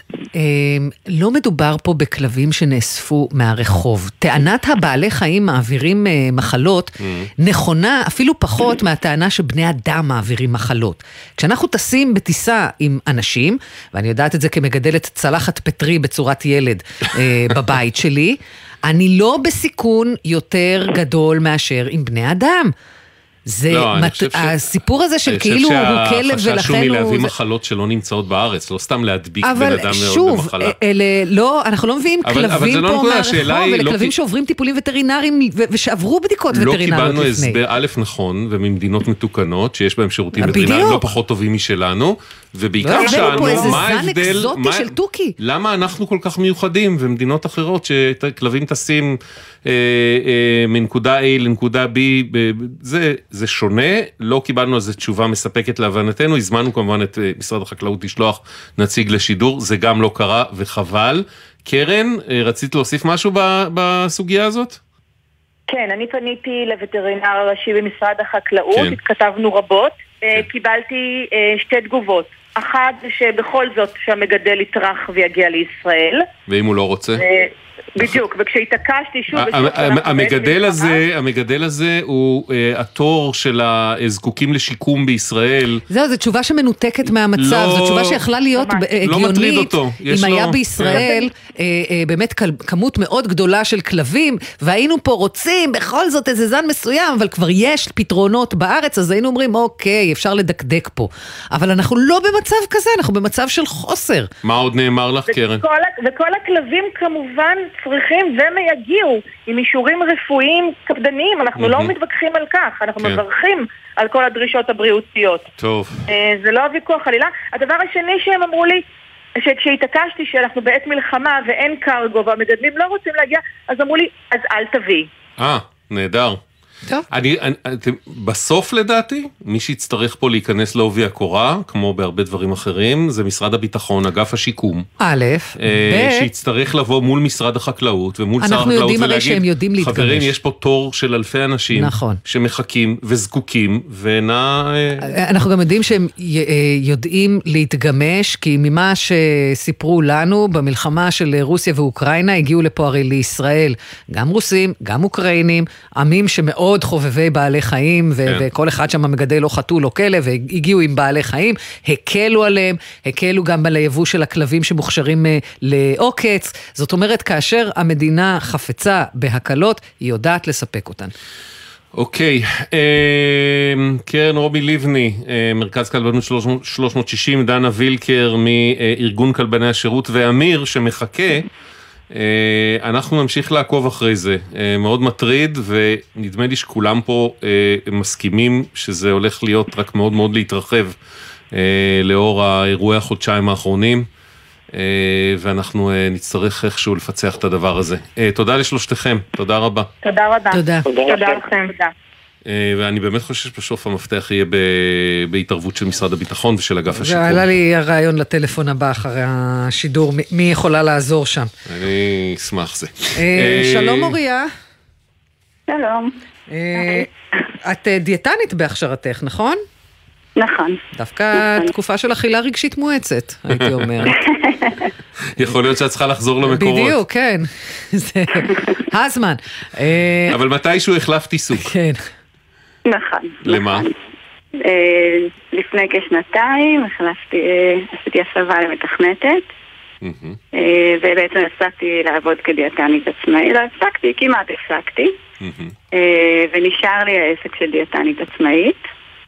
לא מדובר פה בכלבים שנאספו מהרחוב. טענת הבעלי חיים מעבירים מחלות נכונה אפילו פחות מהטענה שבני אדם מעבירים מחלות. כשאנחנו טסים בטיסה עם אנשים, ואני יודעת את זה כמגדלת צלחת פטרי בצורת ילד אה, בבית שלי, אני לא בסיכון יותר גדול מאשר עם בני אדם. זה
לא,
מת...
ש...
הסיפור הזה של כאילו הוא כלב ולכן הוא...
אני חושב שהחשש הוא מלהביא מחלות שלא נמצאות בארץ, לא סתם להדביק בן אדם מאוד
שוב,
במחלה.
אבל שוב, לא, אנחנו לא מביאים
אבל,
כלבים
אבל
פה
לא
מהרחוב, אלה
לא
כלבים
כי...
שעוברים טיפולים וטרינריים ו... ושעברו בדיקות
לא
וטרינריות לפני.
לא קיבלנו הסבר א' נכון, וממדינות מתוקנות, שיש בהם שירותים וטרינריים לא פחות טובים משלנו, ובעיקר שאלנו, מה ההבדל,
של טוקי.
למה אנחנו כל כך מיוחדים, ומדינות אחרות שכלבים טסים אה, אה, מנקודה A לנקודה B, זה, זה שונה, לא קיבלנו על זה תשובה מספקת להבנתנו, הזמנו כמובן את משרד החקלאות לשלוח נציג לשידור, זה גם לא קרה וחבל. קרן, רצית להוסיף משהו בסוגיה הזאת?
כן, אני פניתי לווטרינר הראשי במשרד החקלאות, כן. התכתבנו רבות, כן. קיבלתי שתי תגובות. אחת זה שבכל זאת שהמגדל יטרח ויגיע לישראל.
ואם הוא לא רוצה?
בדיוק, וכשהתעקשתי שוב...
המגדל הזה, המגדל הזה הוא התור של הזקוקים לשיקום בישראל.
זהו, זו תשובה שמנותקת מהמצב, זו תשובה שיכלה להיות הגיונית, אם היה בישראל באמת כמות מאוד גדולה של כלבים, והיינו פה רוצים בכל זאת איזה זן מסוים, אבל כבר יש פתרונות בארץ, אז היינו אומרים, אוקיי, אפשר לדקדק פה. אבל אנחנו לא במצב כזה, אנחנו במצב של חוסר.
מה עוד נאמר לך, קרן?
וכל הכלבים כמובן צריכים והם יגיעו עם אישורים רפואיים קפדניים, אנחנו לא מתווכחים על כך, אנחנו מברכים על כל הדרישות הבריאותיות.
טוב.
זה לא הוויכוח חלילה. הדבר השני שהם אמרו לי, שכשהתעקשתי שאנחנו בעת מלחמה ואין קרגו והמגדלים לא רוצים להגיע, אז אמרו לי, אז אל תביא.
אה, נהדר. אני, אני, בסוף לדעתי, מי שיצטרך פה להיכנס לעובי הקורה, כמו בהרבה דברים אחרים, זה משרד הביטחון, אגף השיקום.
א',
ב', שיצטרך לבוא מול משרד החקלאות, ומול שר החקלאות,
אנחנו יודעים הרי שהם יודעים להתגמש.
חברים, יש פה תור של אלפי אנשים,
נכון.
שמחכים וזקוקים, ונע...
אנחנו גם יודעים שהם יודעים להתגמש, כי ממה שסיפרו לנו, במלחמה של רוסיה ואוקראינה, הגיעו לפה הרי לישראל, גם רוסים, גם אוקראינים, עמים שמאוד מאוד חובבי בעלי חיים, ו- כן. וכל אחד שם מגדל או חתול או כלב, והגיעו עם בעלי חיים, הקלו עליהם, הקלו גם על היבוא של הכלבים שמוכשרים לעוקץ, זאת אומרת, כאשר המדינה חפצה בהקלות, היא יודעת לספק אותן.
אוקיי, קרן רובי לבני, מרכז כלבנות שלוש מאות שישים, דנה וילקר מארגון כלבני השירות, ואמיר שמחכה, אנחנו נמשיך לעקוב אחרי זה, מאוד מטריד, ונדמה לי שכולם פה מסכימים שזה הולך להיות רק מאוד מאוד להתרחב לאור האירועי החודשיים האחרונים, ואנחנו נצטרך איכשהו לפצח את הדבר הזה. תודה לשלושתכם, תודה רבה.
תודה רבה.
תודה.
תודה לכם.
ואני באמת חושב שבסוף המפתח יהיה בהתערבות של משרד הביטחון ושל אגף השיקום.
ועלה לי הרעיון לטלפון הבא אחרי השידור, מי יכולה לעזור שם?
אני אשמח זה.
שלום אוריה.
שלום.
את דיאטנית בהכשרתך, נכון?
נכון.
דווקא תקופה של אכילה רגשית מואצת, הייתי אומרת.
יכול להיות שאת צריכה לחזור למקורות.
בדיוק, כן. זה הזמן.
אבל מתישהו החלפתי סוג.
כן.
נכון.
למה?
לפני כשנתיים החלפתי, עשיתי הסבה למתכנתת, ובעצם הפסקתי לעבוד כדיאטנית עצמאית. לא הפסקתי, כמעט הפסקתי, ונשאר לי העסק של דיאטנית עצמאית.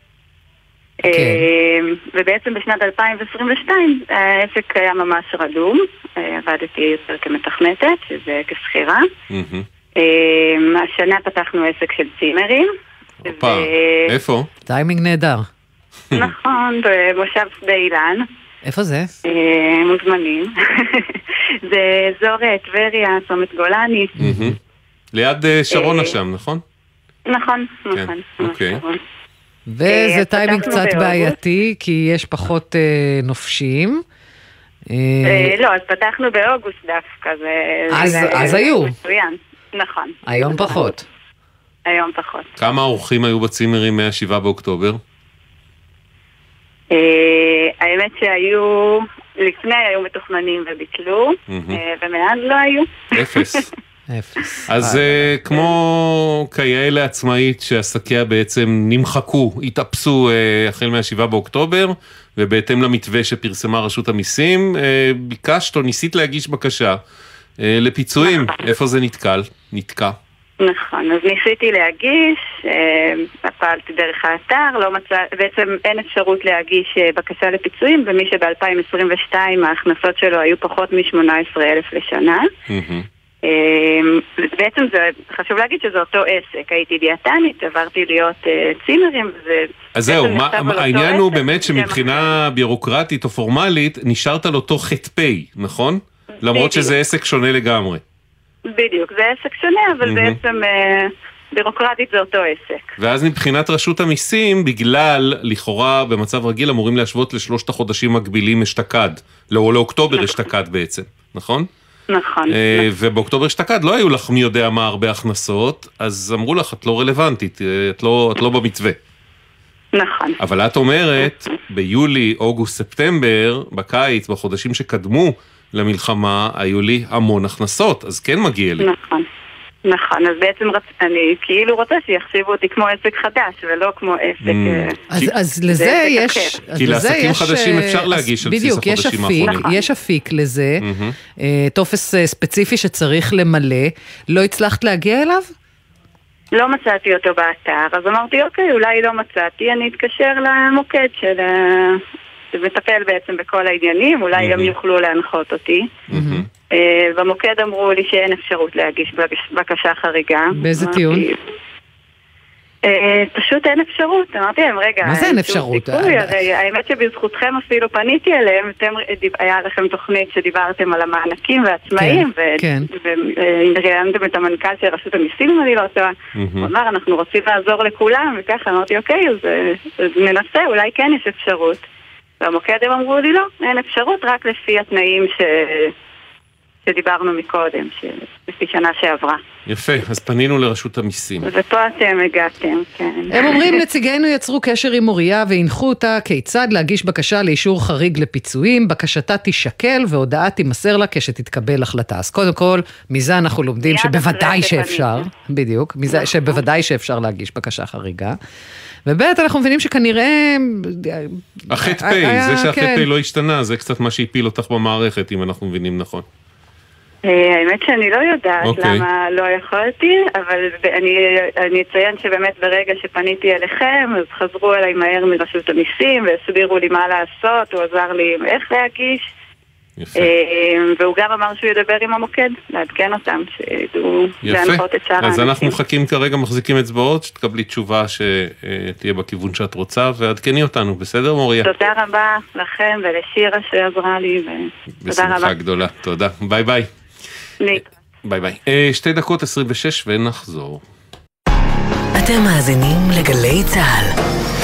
ובעצם בשנת אלפיים עשרים ושתיים העסק היה ממש רדום, עבדתי יותר כמתכנתת, שזה כשכירה. השנה פתחנו עסק של צימרים.
איפה?
טיימינג נהדר.
נכון, במושב שדה אילן.
איפה זה?
מוזמנים. זה אזור טבריה, צומת גולני.
ליד שרונה שם, נכון?
נכון, נכון.
אוקיי.
וזה טיימינג קצת בעייתי, כי יש פחות נופשים.
לא, אז פתחנו באוגוסט דווקא.
אז היו.
נכון.
היום פחות.
היום פחות.
כמה אורחים היו בצימרים מהשבעה באוקטובר?
האמת שהיו, לפני היו מתוכננים וביטלו, ומאז לא היו.
אפס. אז כמו כיאה לעצמאית שעסקיה בעצם נמחקו, התאפסו החל מהשבעה באוקטובר, ובהתאם למתווה שפרסמה רשות המיסים, ביקשת או ניסית להגיש בקשה לפיצויים. איפה זה נתקל? נתקע?
נכון, אז ניסיתי להגיש, פעלתי דרך האתר, לא מצא, בעצם אין אפשרות להגיש בקשה לפיצויים, ומי שב-אלפיים עשרים ושתיים ההכנסות שלו היו פחות מ-שמונה עשרה אלף לשנה. בעצם זה חשוב להגיד שזה אותו עסק, הייתי דיאטנית, עברתי להיות צימרים.
אז זהו, העניין הוא באמת שמבחינה בירוקרטית או פורמלית נשארת על אותו חטפי, נכון? למרות שזה עסק שונה לגמרי.
בדיוק, זה עסק שונה, אבל בעצם בירוקרטית זה אותו עסק.
ואז מבחינת רשות המיסים, בגלל לכאורה במצב רגיל אמורים להשוות לשלושת החודשים מקבילים אשתקד, לא לאוקטובר אשתקד בעצם, נכון?
נכון.
ובאוקטובר אשתקד לא היו לך מי יודע מה הרבה הכנסות, אז אמרו לך, את לא רלוונטית, את לא, את לא במתווה.
נכון.
אבל את אומרת, ביולי, אוגוסט, ספטמבר, בקיץ, בחודשים שקדמו למלחמה, היו לי המון הכנסות, אז כן מגיע לי.
נכון. נכון, אז בעצם רצ... אני כאילו רוצה שיחשיבו אותי כמו עסק חדש, ולא כמו עסק...
אז, אז לזה יש...
כי לעסקים חדשים אפשר להגיש על בסיס החודשים האחרונים.
בדיוק, יש אפיק לזה, טופס ספציפי שצריך למלא, לא הצלחת להגיע אליו?
לא מצאתי אותו באתר, אז אמרתי, אוקיי, אולי לא מצאתי, אני אתקשר למוקד של... שמטפל בעצם בכל העניינים, אולי גם יוכלו להנחות אותי. במוקד אמרו לי שאין אפשרות להגיש בקשה חריגה.
באיזה טיעון?
פשוט אין אפשרות. אמרתי להם, רגע,
מה זה אין אפשרות?
האמת שבזכותכם אפילו פניתי אליהם, היה לכם תוכנית שדיברתם על המענקים והעצמאים, וראיינתם את המנכ"ל של רשות המיסים, אם אני לא טועה. הוא אמר, אנחנו רוצים לעזור לכולם, וככה אמרתי, אוקיי, אז ננסה, אולי כן יש אפשרות. והמוקד הם אמרו לי, לא, אין אפשרות, רק לפי התנאים ש... שדיברנו מקודם, לפי שנה שעברה.
יפה, אז פנינו לרשות המיסים.
ופה אתם הגעתם, כן.
הם אומרים, נציגינו יצרו קשר עם מוריה והנחו אותה כיצד להגיש בקשה לאישור חריג לפיצויים, בקשתה תישקל והודעה תימסר לה כשתתקבל החלטה. אז קודם כל, מזה אנחנו לומדים שבוודאי שאפשר, בדיוק, מזה שבוודאי שאפשר להגיש בקשה חריגה. ובית אנחנו מבינים שכנראה...
החטא פי, זה שהחטא פי לא השתנה, זה קצת מה שהפיל אותך במערכת, אם אנחנו מבינים נכון.
האמת שאני לא יודעת למה לא יכולתי, אבל אני אציין שבאמת ברגע שפניתי אליכם, אז חזרו אליי מהר מרשות המיסים, והסבירו לי מה לעשות, הוא עזר לי איך להגיש, והוא גם אמר שהוא ידבר עם המוקד, לעדכן אותם, שידעו להנחות את שאר האנשים.
אז אנחנו מחכים כרגע, מחזיקים אצבעות, שתקבלי תשובה שתהיה בכיוון שאת רוצה, ועדכני אותנו, בסדר מוריה?
תודה רבה לכם ולשירה שעזרה לי, ותודה רבה.
בשמחה גדולה, תודה. ביי ביי. ביי ביי. שתי דקות עשרים ושש ונחזור.
אתם מאזינים לגלי צהל.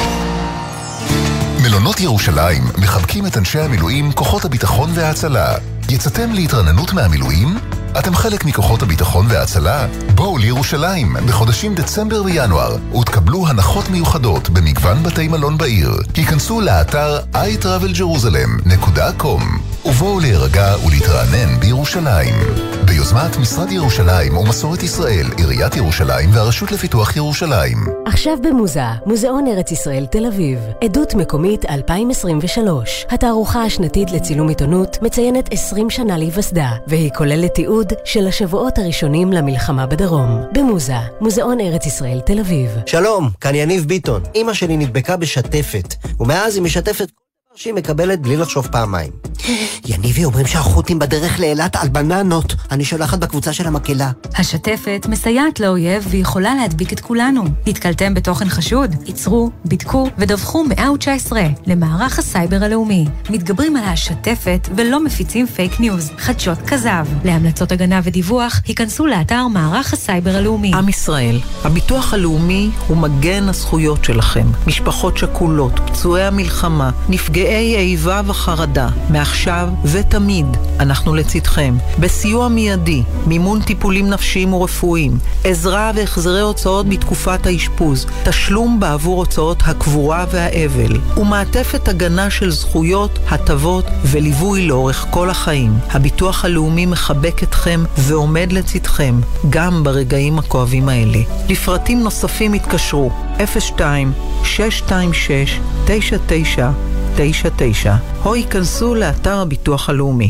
מלונות ירושלים מחבקים את אנשי המילואים, כוחות הביטחון וההצלה. יצאתם להתרננות מהמילואים? אתם חלק מכוחות הביטחון וההצלה? בואו לירושלים בחודשים דצמבר וינואר ותקבלו הנחות מיוחדות במגוון בתי מלון בעיר. היכנסו לאתר איי טראבל ג'רוזלם נקודה קום ובואו להירגע ולהתרענן בירושלים. ביוזמת משרד ירושלים ומסורת ישראל, עיריית ירושלים והרשות לפיתוח ירושלים.
עכשיו במוזה, מוזיאון ארץ ישראל תל אביב. עדות מקומית אלפיים עשרים ושלוש. התערוכה השנתית לצילום עיתונות מציינת עשרים שנה להיווסדה, והיא כוללת תיעוד של השבועות הראשונים למלחמה בדרום. במוזה, מוזיאון ארץ ישראל תל אביב.
שלום, כאן יניב ביטון. אמא שלי נדבקה בשתפת, ומאז היא משתפת שהיא מקבלת בלי לחשוב פעמיים. יניבי אומרים שהחות'ים בדרך לאילת על בננות. אני שולחת בקבוצה של המקהלה.
השתפת מסייעת לאויב ויכולה להדביק את כולנו. התקלתם בתוכן חשוד? ייצרו, בדקו ודווחו מאה תשע עשרה למערך הסייבר הלאומי. מתגברים על השתפת ולא מפיצים פייק ניוז, חדשות כזב. להמלצות הגנה ודיווח, היכנסו לאתר מערך הסייבר הלאומי.
עם ישראל, הביטוח הלאומי הוא מגן הזכויות שלכם. משפחות שכולות, פצועי המלחמה, נפגעי איבה וחרדה. מעכשיו ותמיד אנחנו לצדכם. בסיוע מיידי, מימון טיפולים נפשיים ורפואיים, עזרה והחזרי הוצאות בתקופת האשפוז, תשלום בעבור הוצאות הקבורה והאבל, ומעטפת הגנה של זכויות, הטבות וליווי לאורך כל החיים. הביטוח הלאומי מחבק אתכם ועומד לצדכם, גם ברגעים הכואבים האלה. לפרטים נוספים התקשרו אפס שתיים שש שתיים שש תשע תשע תשע תשע, או ייכנסו לאתר הביטוח הלאומי.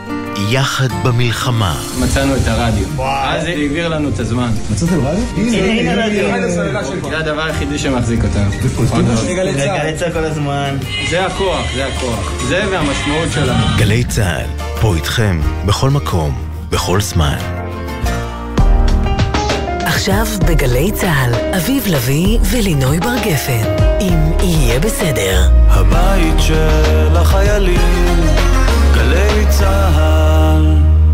יחד במלחמה.
מצאנו את הרדיו. אז זה העביר לנו את הזמן.
מצאתם רדיו?
הנה הרדיו. זה הדבר היחידי שמחזיק אותנו. גלי צהל כל הזמן. זה הכוח, זה הכוח. זה והמשמעות שלנו.
גלי צהל, פה איתכם, בכל מקום, בכל זמן.
עכשיו בגלי צהל, אביב לוי ולינוי בר גפן, אם יהיה בסדר.
הבית של החיילים, גלי צהל.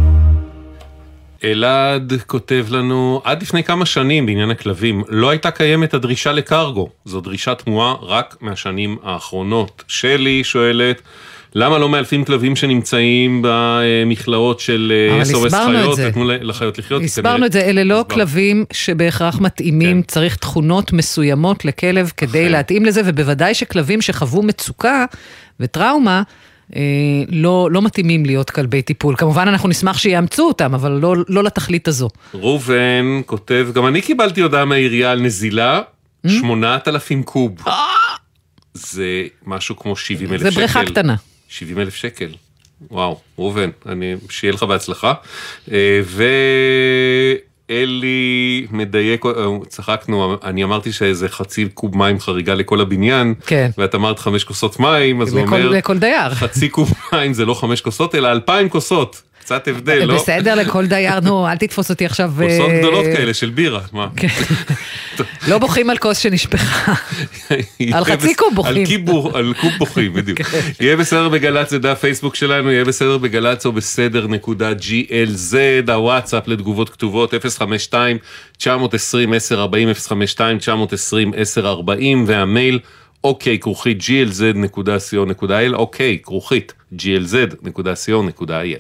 אלעד כותב לנו, עד לפני כמה שנים בעניין הכלבים, לא הייתה קיימת הדרישה לקרגו. זו דרישה תמוהה רק מהשנים האחרונות. שלי שואלת, למה לא מאלפים כלבים שנמצאים במכלאות של סובס חיות ותנו לחיות לחיות?
הסברנו את זה, אלה לא כלבים שבהכרח מתאימים, צריך תכונות מסוימות לכלב כדי להתאים לזה, ובוודאי שכלבים שחוו מצוקה וטראומה, לא, לא מתאימים להיות כלבי טיפול. כמובן אנחנו נשמח שיאמצו אותם, אבל לא, לא לתכלית הזו.
רובן כותב, גם אני קיבלתי הודעה מהעירייה על נזילה, שמונת אלפים קוב. זה משהו כמו שבעים אלף שקל.
זה בריכה קטנה.
שבעים אלף שקל. וואו, רובן, אני, שיהיה לך בהצלחה. ואלי מדייק, צחקנו, אני אמרתי שאיזה חצי קוב מים חריגה לכל הבניין,
כן.
ואת אמרת חמש כוסות מים, אז הוא
לכל,
אומר,
לכל דייר.
חצי קוב מים זה לא חמש כוסות, אלא אלפיים כוסות. קצת הבדל, לא?
בסדר, לכל דייר, נו, אל תתפוס אותי עכשיו.
כוסות גדולות כאלה של בירה, מה?
לא בוכים על כוס שנשפחה. על חצי קוב בוכים.
על קוב בוכים, בדיוק. יהיה בסדר בגלץ, זה דף פייסבוק שלנו, יהיה בסדר בגלץ או בסדר נקודה ג'י אל זד, הוואטסאפ לתגובות כתובות, אפס חמש שתיים תשע עשרים עשר ארבעים, אפס חמש שתיים תשע עשרים עשר ארבעים, והמייל, אוקיי, כרוכית ג'י אל זד נקודה סי או נקודה איי אל, אוקיי, כרוכית ג'י אל זד נקודה סי או נקודה איי אל.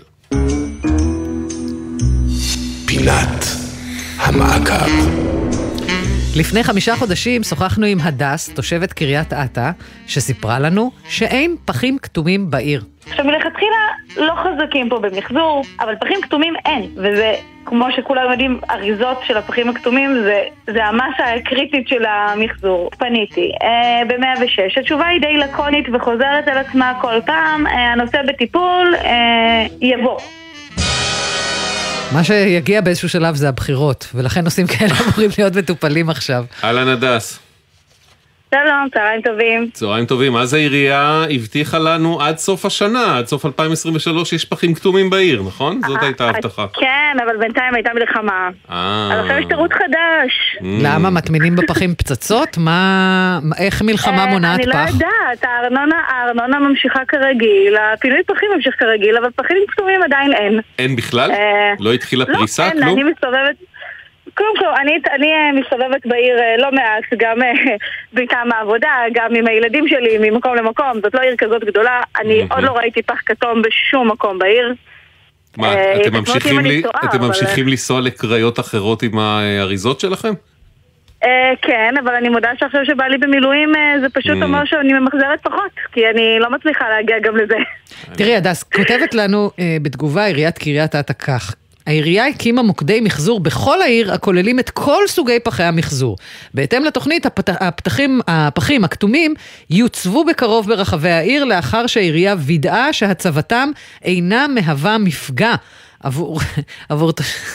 פינת המעקב.
לפני חמישה חודשים שוחחנו עם הדס, תושבת קריית אתא, שסיפרה לנו שאין פחים כתומים בעיר.
עכשיו מלכתחילה לא חזקים פה במחזור, אבל פחים כתומים אין, וזה כמו שכולם יודעים, אריזות של הפחים הכתומים זה, זה המסה הקריטית של המחזור. פניתי אה, ב-מאה ושש, התשובה היא די לקונית וחוזרת על עצמה כל פעם, אה, הנושא בטיפול אה, יבוא.
מה שיגיע באיזשהו שלב זה הבחירות, ולכן נושאים כאלה אמורים להיות מטופלים עכשיו.
אהלן הדס.
שלום, צהריים טובים.
צהריים טובים, אז העירייה הבטיחה לנו עד סוף השנה, עד סוף אלפיים עשרים ושלוש יש פחים כתומים בעיר, נכון? זאת הייתה הבטחה.
כן, אבל בינתיים הייתה מלחמה. אז עכשיו יש תירוץ חדש.
למה? מטמינים בפחים פצצות? מה, איך מלחמה מונעת פח?
אני לא יודעת, הארנונה ממשיכה כרגיל, הפינוי פחים ממשיך כרגיל, אבל פחים כתומים עדיין אין.
אין בכלל? לא התחילה פריסה?
לא, אין, אני מסתובבת... קודם כל, אני, אני מסתובבת בעיר לא מעט, גם ביתם העבודה, גם עם הילדים שלי, ממקום למקום, זאת לא עיר כזאת גדולה, אני עוד לא ראיתי פח כתום בשום מקום בעיר.
מה, אתם ממשיכים, לי, אתם ממשיכים לנסוע לקריות אחרות עם האריזות שלכם?
כן, אבל אני מודה שעכשיו שבא לי במילואים, זה פשוט אומר שאני ממחזרת פחות, כי אני לא מצליחה להגיע גם לזה.
תראי, הדס, כותבת לנו בתגובה עיריית קריית אתא כך, העירייה הקימה מוקדי מחזור בכל העיר, הכוללים את כל סוגי פחי המחזור. בהתאם לתוכנית, הפתחים, הפחים הכתומים יוצבו בקרוב ברחבי העיר, לאחר שהעירייה וידאה שהצבתם אינה מהווה מפגע עבור עבור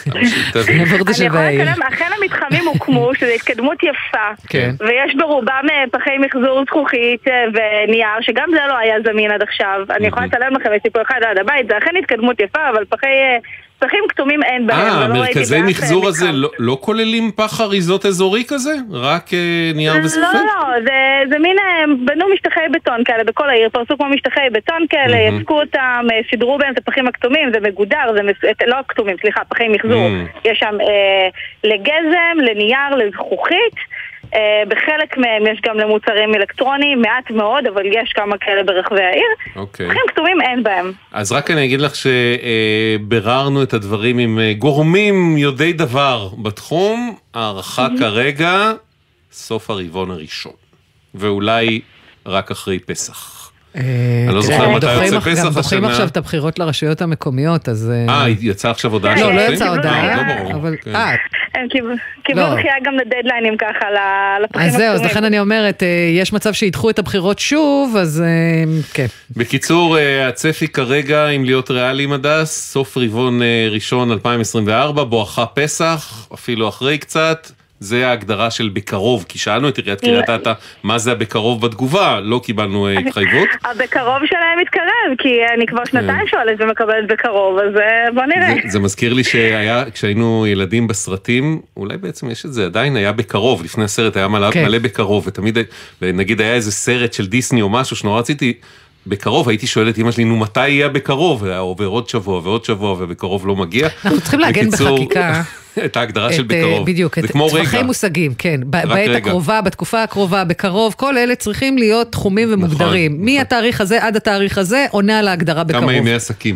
תושבי העיר.
אכן המתחמים הוקמו, שזו התקדמות יפה, ויש ברובם פחי מחזור זכוכית ונייר, שגם זה לא היה זמין עד עכשיו. אני יכולה לצלם לכם את סיפור אחד עד הבית, זה אכן התקדמות יפה, אבל פחי... פחים כתומים אין בהם.
אה, מרכזי מחזור הזה לא כוללים פח אריזות אזורי כזה? רק נייר וזכוכית?
לא, לא, זה מין, בנו משטחי בטון כאלה בכל העיר, פרסו כמו משטחי בטון כאלה, יצקו אותם, סידרו בהם את הפחים הכתומים, זה מגודר, לא הכתומים, סליחה, פחי מחזור. יש שם לגזם, לנייר, לזכוכית, בחלק מהם יש גם למוצרים אלקטרוניים, מעט מאוד, אבל יש כמה כאלה ברחבי העיר. פחים כתומים אין בהם.
אז רק אני אגיד לך שבררנו את הדברים עם גורמים יודעי דבר בתחום, הערכה כרגע, סוף הרבעון הראשון. ואולי רק אחרי פסח. אני לא זוכר מתי יוצא פסח השנה.
גם דוחים עכשיו את הבחירות לרשויות המקומיות, אז...
אה, יצא עכשיו הודעה
שלכם? לא, לא יצא הודעה. לא ברור.
הם קיבלו דחייה גם לדדליינים ככה לפחים
אז זהו, אז לכן אני אומרת, יש מצב שידחו את הבחירות שוב, אז כן.
בקיצור, הצפי כרגע, אם להיות ריאליים הדס, סוף רבעון ראשון אלפיים עשרים וארבע, בואכה פסח, אפילו אחרי קצת, זה ההגדרה של בקרוב, כי שאלנו את עיריית קריית אתא, מה זה הבקרוב בתגובה, לא קיבלנו התחייבות.
הבקרוב שלהם מתקרב, כי אני כבר שנתיים שואלת ומקבלת בקרוב, אז בוא נראה.
זה מזכיר לי שהיה, כשהיינו ילדים בסרטים, אולי בעצם יש את זה, עדיין היה בקרוב, לפני הסרט היה מלא בקרוב, ותמיד, נגיד היה איזה סרט של דיסני או משהו, שנורא רציתי, בקרוב, הייתי שואל את אמא שלי, נו מתי יהיה בקרוב? עובר עוד שבוע ועוד שבוע, ובקרוב לא מגיע.
אנחנו צריכים להגן בחקיקה.
את ההגדרה של בקרוב.
בדיוק, את טווחי מושגים, כן. בעת הקרובה, בתקופה הקרובה, בקרוב, כל אלה צריכים להיות תחומים ומוגדרים. מהתאריך הזה עד התאריך הזה, עונה על ההגדרה בקרוב.
כמה ימי עסקים.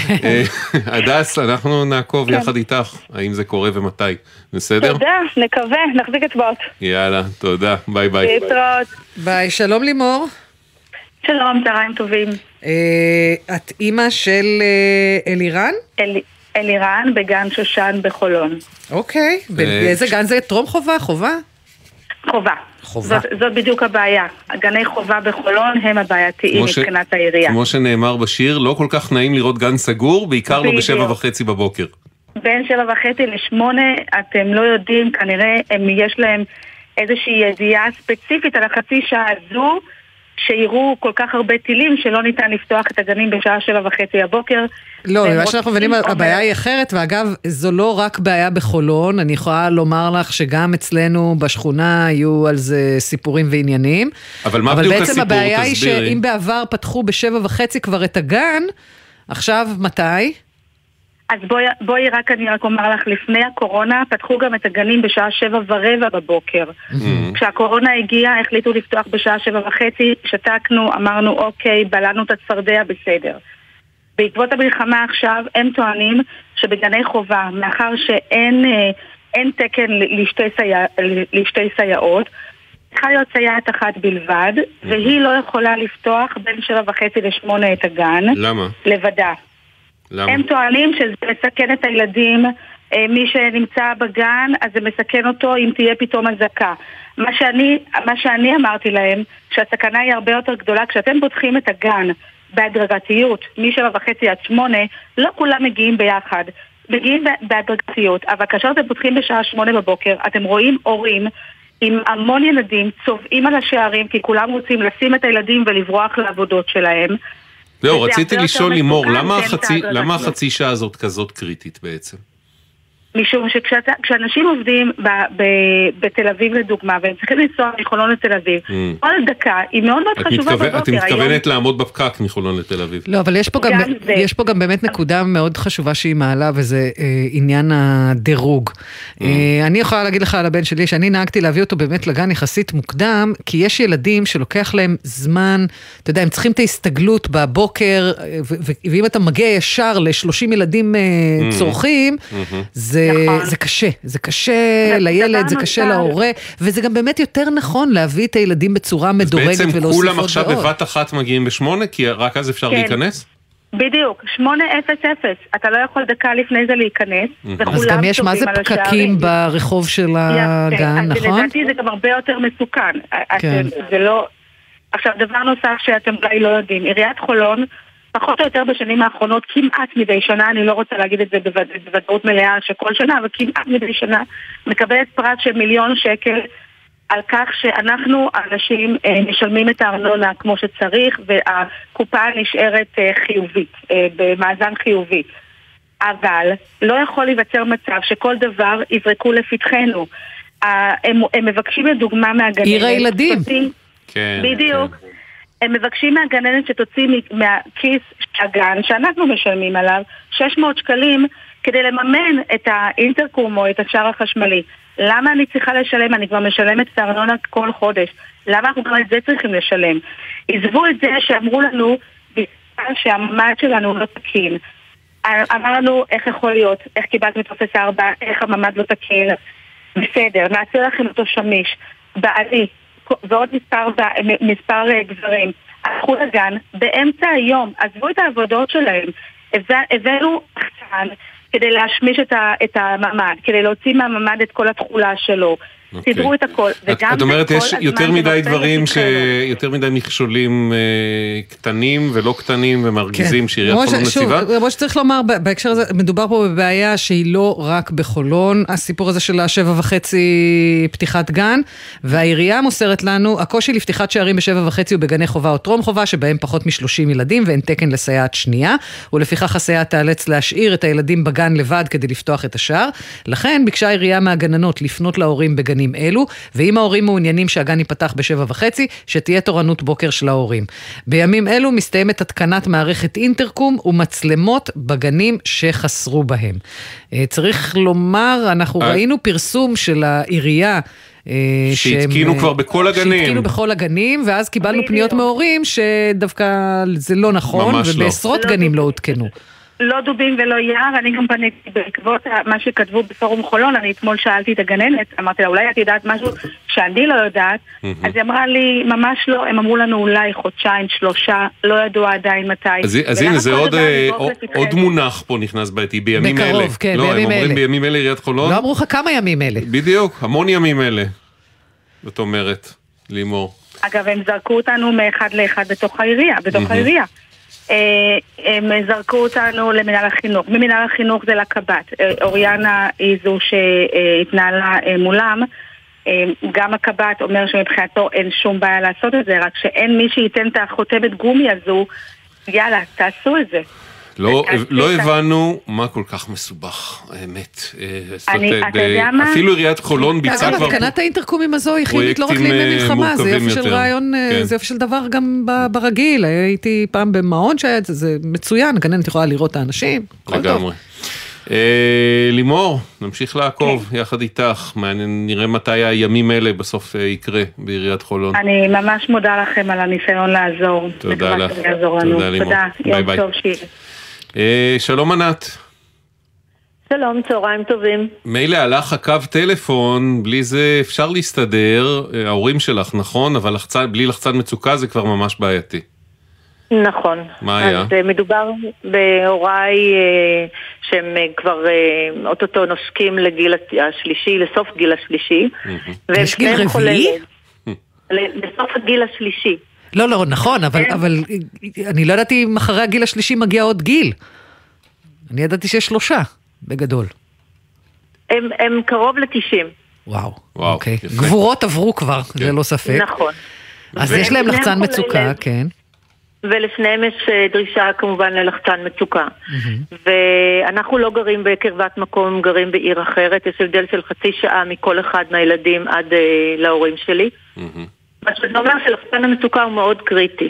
הדס, אנחנו נעקוב יחד איתך, האם זה קורה ומתי. בסדר?
תודה, נקווה, נחזיק אצבעות.
יאללה, תודה, ביי ביי.
להתראות.
ביי, שלום לימור.
שלום, צהריים טובים.
את אימא של אלירן?
אלירן בגן שושן בחולון.
אוקיי, באיזה גן זה? טרום חובה? חובה?
חובה.
חובה.
זאת בדיוק הבעיה. גני חובה בחולון הם הבעייתיים מבחינת העירייה.
כמו שנאמר בשיר, לא כל כך נעים לראות גן סגור, בעיקר לא בשבע וחצי בבוקר.
בין שבע וחצי לשמונה, אתם לא יודעים, כנראה יש להם איזושהי ידיעה ספציפית על החצי שעה הזו, שיראו כל כך הרבה טילים שלא ניתן לפתוח את הגנים בשעה שבע וחצי הבוקר.
לא, מה שאנחנו מבינים, הבעיה היא אחרת, ואגב, זו לא רק בעיה בחולון, אני יכולה לומר לך שגם אצלנו בשכונה היו על זה סיפורים ועניינים.
אבל מה בדיוק הסיפור?
אבל בעצם הבעיה היא שאם בעבר פתחו בשבע וחצי כבר את הגן, עכשיו מתי?
אז בואי, בואי רק, אני רק אומר לך, לפני הקורונה פתחו גם את הגנים בשעה שבע ורבע בבוקר. Mm-hmm. כשהקורונה הגיעה, החליטו לפתוח בשעה שבע וחצי, שתקנו, אמרנו, אוקיי, בלענו את הצפרדע, בסדר. בעקבות המלחמה עכשיו, הם טוענים שבגני חובה, מאחר שאין אין תקן לשתי, סייע, לשתי סייעות, צריכה להיות סייעת אחת בלבד, mm-hmm. והיא לא יכולה לפתוח בין שבע וחצי לשמונה את הגן.
למה?
לבדה.
למה?
הם טוענים שזה מסכן את הילדים, מי שנמצא בגן, אז זה מסכן אותו אם תהיה פתאום הזקה. מה שאני, מה שאני אמרתי להם, שהסכנה היא הרבה יותר גדולה, כשאתם פותחים את הגן בהדרגתיות, משבע וחצי עד שמונה, לא כולם מגיעים ביחד, מגיעים בהדרגתיות, אבל כאשר אתם פותחים בשעה שמונה בבוקר, אתם רואים הורים עם המון ילדים, צובעים על השערים, כי כולם רוצים לשים את הילדים ולברוח לעבודות שלהם.
זהו, רציתי לשאול לימור, למה החצי שעה הזאת כזאת קריטית בעצם?
משום שכשאנשים עובדים בתל אביב לדוגמה, והם צריכים לנסוע מחולון לתל אביב, כל דקה היא מאוד מאוד חשובה בבוקר.
את מתכוונת לעמוד בפקק מחולון לתל אביב.
לא, אבל יש פה גם באמת נקודה מאוד חשובה שהיא מעלה, וזה עניין הדירוג. אני יכולה להגיד לך על הבן שלי, שאני נהגתי להביא אותו באמת לגן יחסית מוקדם, כי יש ילדים שלוקח להם זמן, אתה יודע, הם צריכים את ההסתגלות בבוקר, ואם אתה מגיע ישר ל-שלושים ילדים צורכים, זה זה, זה קשה, זה קשה לילד, זה קשה להורה, וזה גם באמת יותר נכון להביא את הילדים בצורה מדורגת ולהוסיף עוד ועוד.
בעצם כולם עכשיו בבת אחת מגיעים בשמונה, כי רק אז אפשר להיכנס?
בדיוק, שמונה אפס אפס, אתה לא יכול דקה לפני זה להיכנס,
אז גם יש מה זה פקקים ברחוב של הגן, נכון?
לדעתי זה גם הרבה יותר מסוכן, זה לא... עכשיו, דבר נוסף שאתם אולי לא יודעים, עיריית חולון, פחות או יותר בשנים האחרונות, כמעט מדי שנה, אני לא רוצה להגיד את זה בוודאות מלאה שכל שנה, אבל כמעט מדי שנה, מקבלת פרט של מיליון שקל על כך שאנחנו, האנשים, משלמים את הארנונה כמו שצריך, והקופה נשארת חיובית, במאזן חיובי. אבל לא יכול להיווצר מצב שכל דבר יזרקו לפתחנו. הם, הם מבקשים לדוגמה מהגננת.
עיר הילדים.
כן.
בדיוק. כן. הם מבקשים מהגננת שתוציא מהכיס הגן, שאנחנו משלמים עליו, שש מאות שקלים, כדי לממן את האינטרקום או את השער החשמלי. למה אני צריכה לשלם? אני כבר משלמת את הארנונה כל חודש. למה אנחנו גם את זה צריכים לשלם? עזבו את זה שאמרו לנו שהממד שלנו לא תקין. אמרנו איך יכול להיות, איך קיבלת מטופס ארבע, איך הממד לא תקין. בסדר, נעשה לכם אותו שמיש. בעלי, ועוד מספר, מספר גברים, הלכו לגן באמצע היום, עזבו את העבודות שלהם, הבאנו חצן כדי להשמיש את, ה, את הממד, כדי להוציא מהממד את כל התחולה שלו.
סידרו את הכל.
את אומרת, יש יותר מדי דברים, יותר מדי מכשולים קטנים ולא קטנים ומרגיזים שעיריית חולון מציבה.
למרות שצריך לומר, בהקשר הזה, מדובר פה בבעיה שהיא לא רק בחולון, הסיפור הזה של השבע וחצי פתיחת גן, והעירייה מוסרת לנו, הקושי לפתיחת שערים בשבע וחצי הוא בגני חובה או טרום חובה, שבהם פחות משלושים ילדים ואין תקן לסייעת שנייה, ולפיכך הסייעת תאלץ להשאיר את הילדים בגן לבד כדי לפתוח את השער. לכן ביקשה העירייה מהגננות לפנות להורים בגנים אלו, ואם ההורים מעוניינים שהגן ייפתח בשבע וחצי, שתהיה תורנות בוקר של ההורים. בימים אלו מסתיימת התקנת מערכת אינטרקום ומצלמות בגנים שחסרו בהם. צריך לומר, אנחנו ראינו פרסום של העירייה,
שהתקינו כבר בכל הגנים.
שהתקינו בכל הגנים, ואז קיבלנו פניות מהורים שדווקא זה לא נכון, ובעשרות גנים לא הותקנו.
לא דובים ולא יער, אני גם פניתי בעקבות מה שכתבו בפורום חולון, אני אתמול שאלתי את הגננת, אמרתי לה, אולי את יודעת משהו שאני לא יודעת, אז היא אמרה לי, ממש לא, הם אמרו לנו אולי חודשיים, שלושה, לא ידוע עדיין מתי.
אז הנה, זה עוד מונח פה נכנס בעתי, בימים אלה.
בקרוב, כן, בימים אלה.
לא, הם אומרים בימים אלה עיריית חולון.
לא אמרו לך כמה ימים אלה.
בדיוק, המון ימים אלה. זאת אומרת, לימור.
אגב, הם זרקו אותנו מאחד לאחד בתוך העירייה, בתוך העירייה. הם זרקו אותנו למנהל החינוך. ממנהל החינוך זה לקב"ט. אוריאנה היא זו שהתנהלה מולם. גם הקב"ט אומר שמבחינתו אין שום בעיה לעשות את זה, רק שאין מי שייתן את החותמת גומי הזו. יאללה, תעשו את זה.
לא הבנו מה כל כך מסובך, האמת.
אתה יודע מה?
אפילו עיריית חולון ביצעה כבר...
התקנת האינטרקומים הזו היא חיונית לא רק לימי מלחמה, זה יופי של רעיון, זה יופי של דבר גם ברגיל. הייתי פעם במעון שהיה את זה, זה מצוין, גננת יכולה לראות את האנשים.
לגמרי. לימור, נמשיך לעקוב יחד איתך, נראה מתי הימים האלה בסוף יקרה בעיריית חולון.
אני ממש מודה לכם על הניסיון לעזור.
תודה לך.
תודה לימור. תודה, יום טוב שיהיה.
שלום ענת.
שלום, צהריים טובים.
מילא הלך הקו טלפון, בלי זה אפשר להסתדר, ההורים שלך נכון, אבל לחצן, בלי לחצן מצוקה זה כבר ממש בעייתי.
נכון.
מה היה?
אז מדובר בהוריי שהם כבר אוטוטו נושקים לגיל השלישי, לסוף גיל השלישי.
יש גיל רביעי?
לסוף הגיל השלישי.
לא, לא, נכון, אבל, אבל אני לא ידעתי אם אחרי הגיל השלישי מגיע עוד גיל. אני ידעתי שיש שלושה, בגדול.
הם, הם קרוב לתשעים.
וואו, וואו אוקיי. יפה. גבורות עברו כבר, כן. זה לא ספק.
נכון.
אז יש להם לחצן מצוקה, לב. כן.
ולפניהם יש דרישה כמובן ללחצן מצוקה. Mm-hmm. ואנחנו לא גרים בקרבת מקום, גרים בעיר אחרת. יש הבדל של חצי שעה מכל אחד מהילדים עד uh, להורים שלי. Mm-hmm. מה שזה אומר שלחצן המצוקה הוא מאוד קריטי.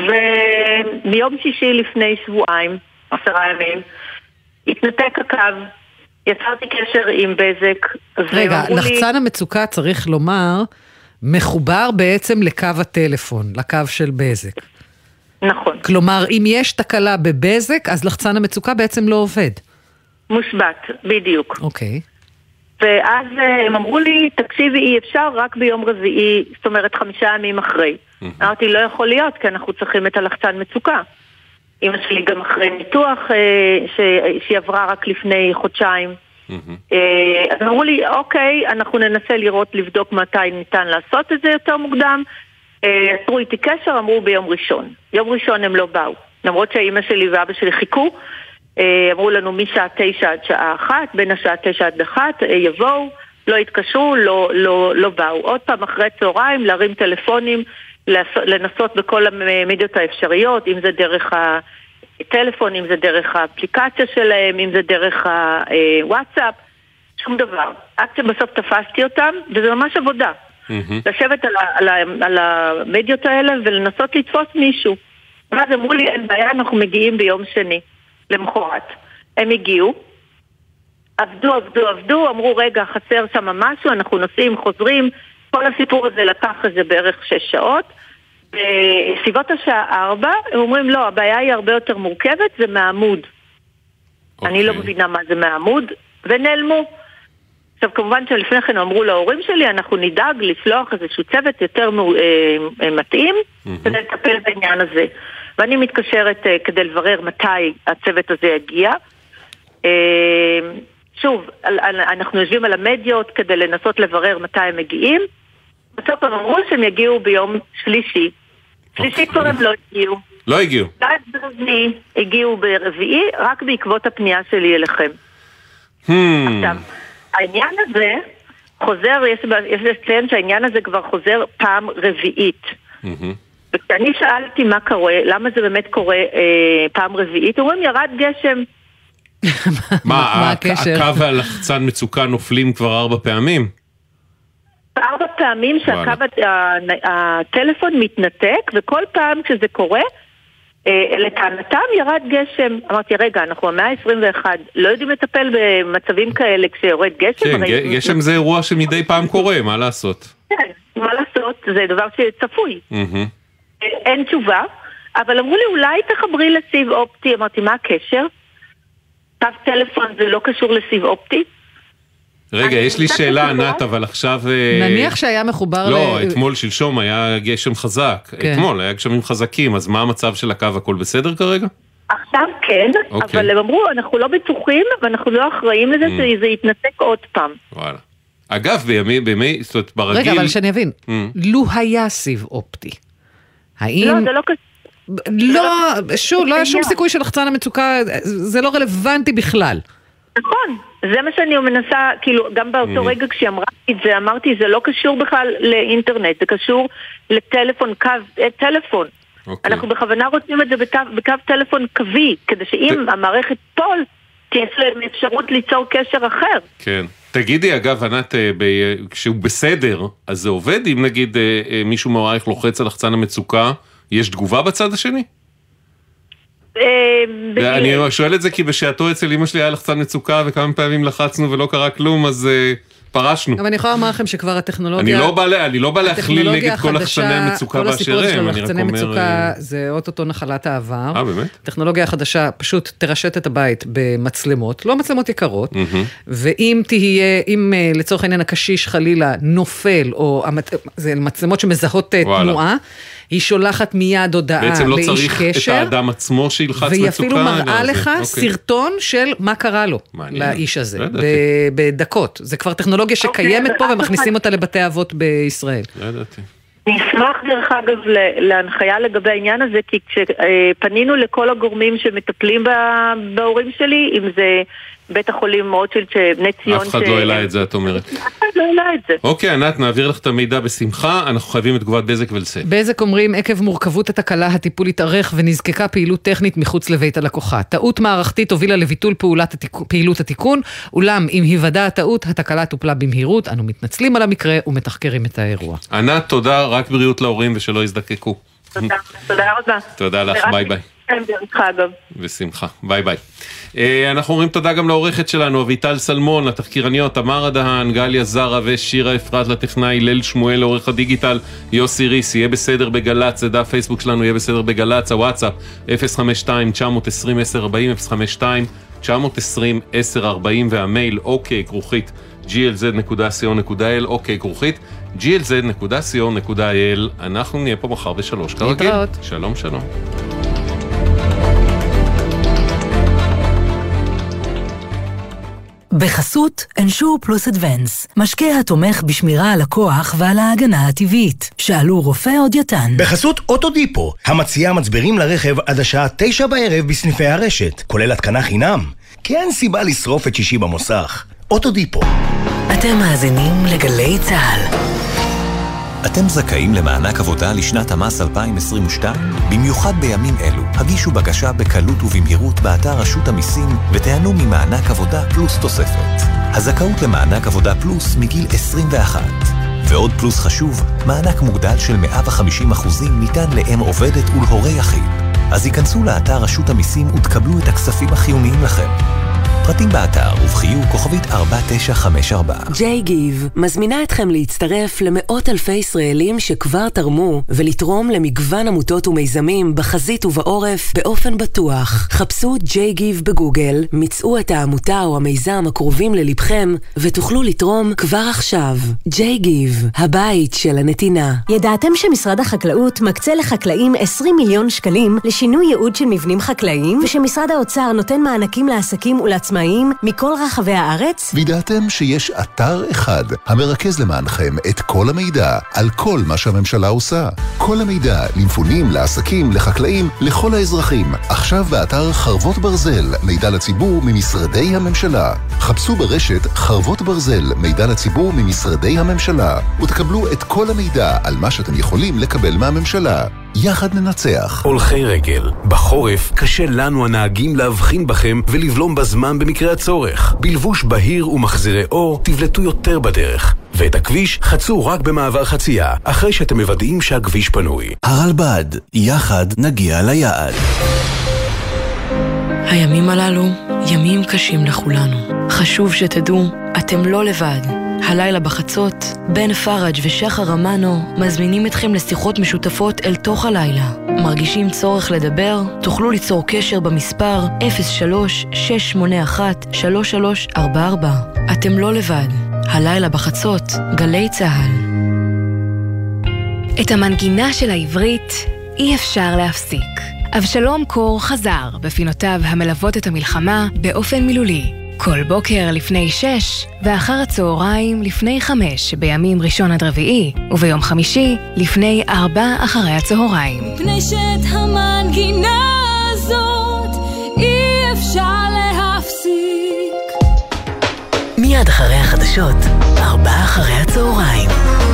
ומיום שישי לפני שבועיים, עשרה ימים, התנתק הקו, יצרתי קשר עם בזק.
רגע, לחצן לי... המצוקה צריך לומר, מחובר בעצם לקו הטלפון, לקו של בזק.
נכון.
כלומר, אם יש תקלה בבזק, אז לחצן המצוקה בעצם לא עובד.
מושבת, בדיוק.
אוקיי.
ואז הם אמרו לי, תקשיבי, אי אפשר רק ביום רביעי, זאת אומרת חמישה ימים אחרי. אמרתי, לא יכול להיות, כי אנחנו צריכים את הלחצן מצוקה. אמא שלי גם אחרי ניתוח שהיא עברה רק לפני חודשיים. אז אמרו לי, אוקיי, אנחנו ננסה לראות, לבדוק מתי ניתן לעשות את זה יותר מוקדם. עשו איתי קשר, אמרו ביום ראשון. יום ראשון הם לא באו. למרות שהאמא שלי ואבא שלי חיכו, אמרו לנו משעה תשע עד שעה אחת, בין השעה תשע עד אחת, יבואו, לא התקשרו, לא, לא, לא באו. עוד פעם אחרי צהריים, להרים טלפונים, לנסות בכל המדיות האפשריות, אם זה דרך הטלפון, אם זה דרך האפליקציה שלהם, אם זה דרך הוואטסאפ, שום דבר. עד שבסוף תפסתי אותם, וזה ממש עבודה. לשבת על, ה, על, ה, על המדיות האלה ולנסות לתפוס מישהו. ואז אמרו לי, אין בעיה, אנחנו מגיעים ביום שני, למחרת. הם הגיעו, עבדו, עבדו, עבדו, אמרו, רגע, חסר שם משהו, אנחנו נוסעים, חוזרים, כל הסיפור הזה לקח איזה בערך שש שעות. בסביבות השעה ארבע, הם אומרים, לא, הבעיה היא הרבה יותר מורכבת, זה מעמוד. Okay. אני לא מבינה מה זה מעמוד, ונעלמו. עכשיו, כמובן שלפני כן אמרו להורים שלי, אנחנו נדאג לפלוח איזשהו צוות יותר מתאים, כדי לטפל בעניין הזה. ואני מתקשרת כדי לברר מתי הצוות הזה יגיע. שוב, אנחנו יושבים על המדיות כדי לנסות לברר מתי הם מגיעים. בסוף הם אמרו שהם יגיעו ביום שלישי. שלישי כבר הם לא הגיעו.
לא הגיעו.
ואז ברביעי הגיעו ברביעי, רק בעקבות הפנייה שלי אליכם. עכשיו, העניין הזה חוזר, יש לציין שהעניין הזה כבר חוזר פעם רביעית. וכשאני שאלתי מה קורה, למה זה באמת קורה פעם רביעית, אומרים ירד גשם.
מה, הקו הלחצן מצוקה נופלים כבר ארבע פעמים?
ארבע פעמים שהקו הטלפון מתנתק, וכל פעם כשזה קורה, לטענתם ירד גשם. אמרתי, רגע, אנחנו המאה ה-עשרים ואחת, לא יודעים לטפל במצבים כאלה כשיורד גשם?
כן, גשם זה אירוע שמדי פעם קורה, מה לעשות?
כן, מה לעשות? זה דבר שצפוי. אין תשובה, אבל אמרו לי, אולי תחברי לסיב אופטי. אמרתי, מה הקשר? קו טלפון זה לא קשור לסיב אופטי?
רגע, יש לי שאלה ענת, אבל עכשיו...
נניח שהיה מחובר...
לא, אתמול שלשום היה גשם חזק. אתמול היה גשמים חזקים, אז מה המצב של הקו? הכל בסדר כרגע?
עכשיו כן, אבל הם אמרו, אנחנו לא בטוחים, ואנחנו לא אחראים לזה שזה יתנתק עוד פעם.
וואלה. אגב, בימי, בימי, זאת אומרת, ברגיל...
רגע, אבל שאני אבין, לו היה סיב אופטי, האם...
לא, זה לא קשור.
לא, שוב, לא היה שום סיכוי של לחצן המצוקה, זה לא רלוונטי בכלל.
נכון, זה מה שאני מנסה, כאילו, גם באותו רגע כשהיא אמרה את זה, אמרתי, זה לא קשור בכלל לאינטרנט, זה קשור לטלפון, קו, טלפון. אנחנו בכוונה רוצים את זה בקו טלפון קווי, כדי שאם המערכת פול, תהיה להם אפשרות ליצור קשר אחר.
כן. תגידי, אגב, ענת, כשהוא בסדר, אז זה עובד? אם נגיד מישהו מהערך לוחץ על לחצן המצוקה, יש תגובה בצד השני? אני שואל את זה כי בשעתו אצל אמא שלי היה לחצן מצוקה וכמה פעמים לחצנו ולא קרה כלום, אז פרשנו.
אבל אני יכולה לומר לכם שכבר הטכנולוגיה...
אני לא בא להכליל נגד כל לחצני המצוקה באשר הם.
כל הסיפור של לחצני מצוקה זה אוטוטו נחלת העבר.
אה, באמת?
הטכנולוגיה החדשה פשוט תרשת את הבית במצלמות, לא מצלמות יקרות, ואם תהיה, אם לצורך העניין הקשיש חלילה נופל, או זה מצלמות שמזהות תנועה, היא שולחת מיד הודעה לאיש קשר.
בעצם לא צריך את האדם עצמו שילחץ מצוקה.
והיא אפילו מראה לך סרטון של מה קרה לו, לאיש הזה, בדקות. זה כבר טכנולוגיה שקיימת פה ומכניסים אותה לבתי אבות בישראל.
לא ידעתי.
אני אשמח דרך אגב להנחיה לגבי העניין הזה, כי כשפנינו לכל הגורמים שמטפלים בהורים שלי, אם זה בית החולים רוטשילד שבני ציון...
אף אחד לא העלה את זה, את אומרת.
אף אחד לא העלה את זה.
אוקיי, ענת, נעביר לך את המידע בשמחה, אנחנו חייבים את תגובת בזק ולסיים.
בזק אומרים, עקב מורכבות התקלה, הטיפול התארך ונזקקה פעילות טכנית מחוץ לבית הלקוחה. טעות מערכתית הובילה לביטול פעילות התיקון, אולם אם היוודע הטעות, התקלה טופלה במהירות, אנו מתנצלים על המקרה ומתחקרים את האירוע.
ענת, תודה, רק בריאות להורים ושלא יזדקקו.
תודה, תודה רבה.
תודה לך, ביי ביי. בשמחה, ביי ביי. אנחנו אומרים תודה גם לעורכת שלנו, אביטל סלמון, לתחקירניות, תמר הדהן, גליה זרה ושירה אפרת, לטכנאי ליל שמואל, לעורך הדיגיטל, יוסי ריס. יהיה בסדר בגלץ, זה דף פייסבוק שלנו, יהיה בסדר בגלץ, הוואטסאפ, אפס חמש שתיים תשע עשרים עשר ארבעים, אפס חמש שתיים תשע עשרים עשר ארבעים, והמייל, אוקיי, כרוכית, ג'י אל זד נקודה סי או נקודה איי אל, אוקיי, כרוכית, ג'י אל זד נקודה סי או נקודה איי אל. אנחנו נהיה פה מחר בשלוש, כרגיל. שלום, שלום.
בחסות אנשור פלוס אדוונס, משקה התומך בשמירה על הכוח ועל ההגנה הטבעית. שאלו רופא או דיאטן.
בחסות אוטודיפו, המציעה מצברים לרכב עד השעה תשע בערב בסניפי הרשת, כולל התקנה חינם. כי אין סיבה לשרוף את שישי במוסך. אוטודיפו.
אתם מאזינים לגלי צהל.
אתם זכאים למענק עבודה לשנת המס אלפיים עשרים ושתיים? במיוחד בימים אלו, הגישו בקשה בקלות ובמהירות באתר רשות המיסים ותענו ממענק עבודה פלוס תוספת. הזכאות למענק עבודה פלוס מגיל עשרים ואחת. ועוד פלוס חשוב, מענק מוגדל של מאה וחמישים אחוזים ניתן לאם עובדת ולהורי יחיד. אז ייכנסו לאתר רשות המיסים ותקבלו את הכספים החיוניים לכם. פרטים באתר ובחיוג כוכבית ארבע תשע חמש ארבע.
ג'יי גיב מזמינה אתכם להצטרף למאות אלפי ישראלים שכבר תרמו ולתרום למגוון עמותות ומיזמים בחזית ובעורף באופן בטוח. חפשו ג'יי גיב בגוגל, מצאו את העמותה או המיזם הקרובים ללבכם ותוכלו לתרום כבר עכשיו. ג'יי גיב, הבית של הנתינה.
ידעתם שמשרד החקלאות מקצה לחקלאים עשרים מיליון שקלים לשינוי ייעוד של מבנים חקלאיים, ושמשרד האוצר נותן מענקים לעסקים ולעצמאים עצמאיים מכל רחבי הארץ?
וידעתם שיש אתר אחד המרכז למענכם את כל המידע על כל מה שהממשלה עושה. כל המידע למפונים, לעסקים, לחקלאים, לכל האזרחים. עכשיו באתר חרבות ברזל, מידע לציבור ממשרדי הממשלה. חפשו ברשת חרבות ברזל, מידע לציבור ממשרדי הממשלה, ותקבלו את כל המידע על מה שאתם יכולים לקבל מהממשלה. יחד ננצח.
הולכי רגל. בחורף קשה לנו הנהגים להבחין בכם ולבלום בזמן במקרה הצורך. בלבוש בהיר ומחזירי אור תבלטו יותר בדרך. ואת הכביש חצו רק במעבר חצייה, אחרי שאתם מוודאים שהכביש פנוי.
הרלב"ד, יחד נגיע ליעד.
הימים הללו ימים קשים לכולנו. חשוב שתדעו, אתם לא לבד. הלילה בחצות, בן פרג' ושחר אמנו מזמינים אתכם לשיחות משותפות אל תוך הלילה. מרגישים צורך לדבר? תוכלו ליצור קשר במספר אפס שלוש שש שמונה אחת שלוש שלוש ארבע ארבע. אתם לא לבד. הלילה בחצות, גלי צהל.
את המנגינה של העברית אי אפשר להפסיק. אבשלום קור חזר בפינותיו המלוות את המלחמה באופן מילולי. כל בוקר לפני שש, ואחר הצהריים לפני חמש, בימים ראשון עד רביעי, וביום חמישי לפני ארבע אחרי הצהריים.
פני שאת המנגינה הזאת אי אפשר להפסיק.
מיד אחרי החדשות, ארבע אחרי הצהריים.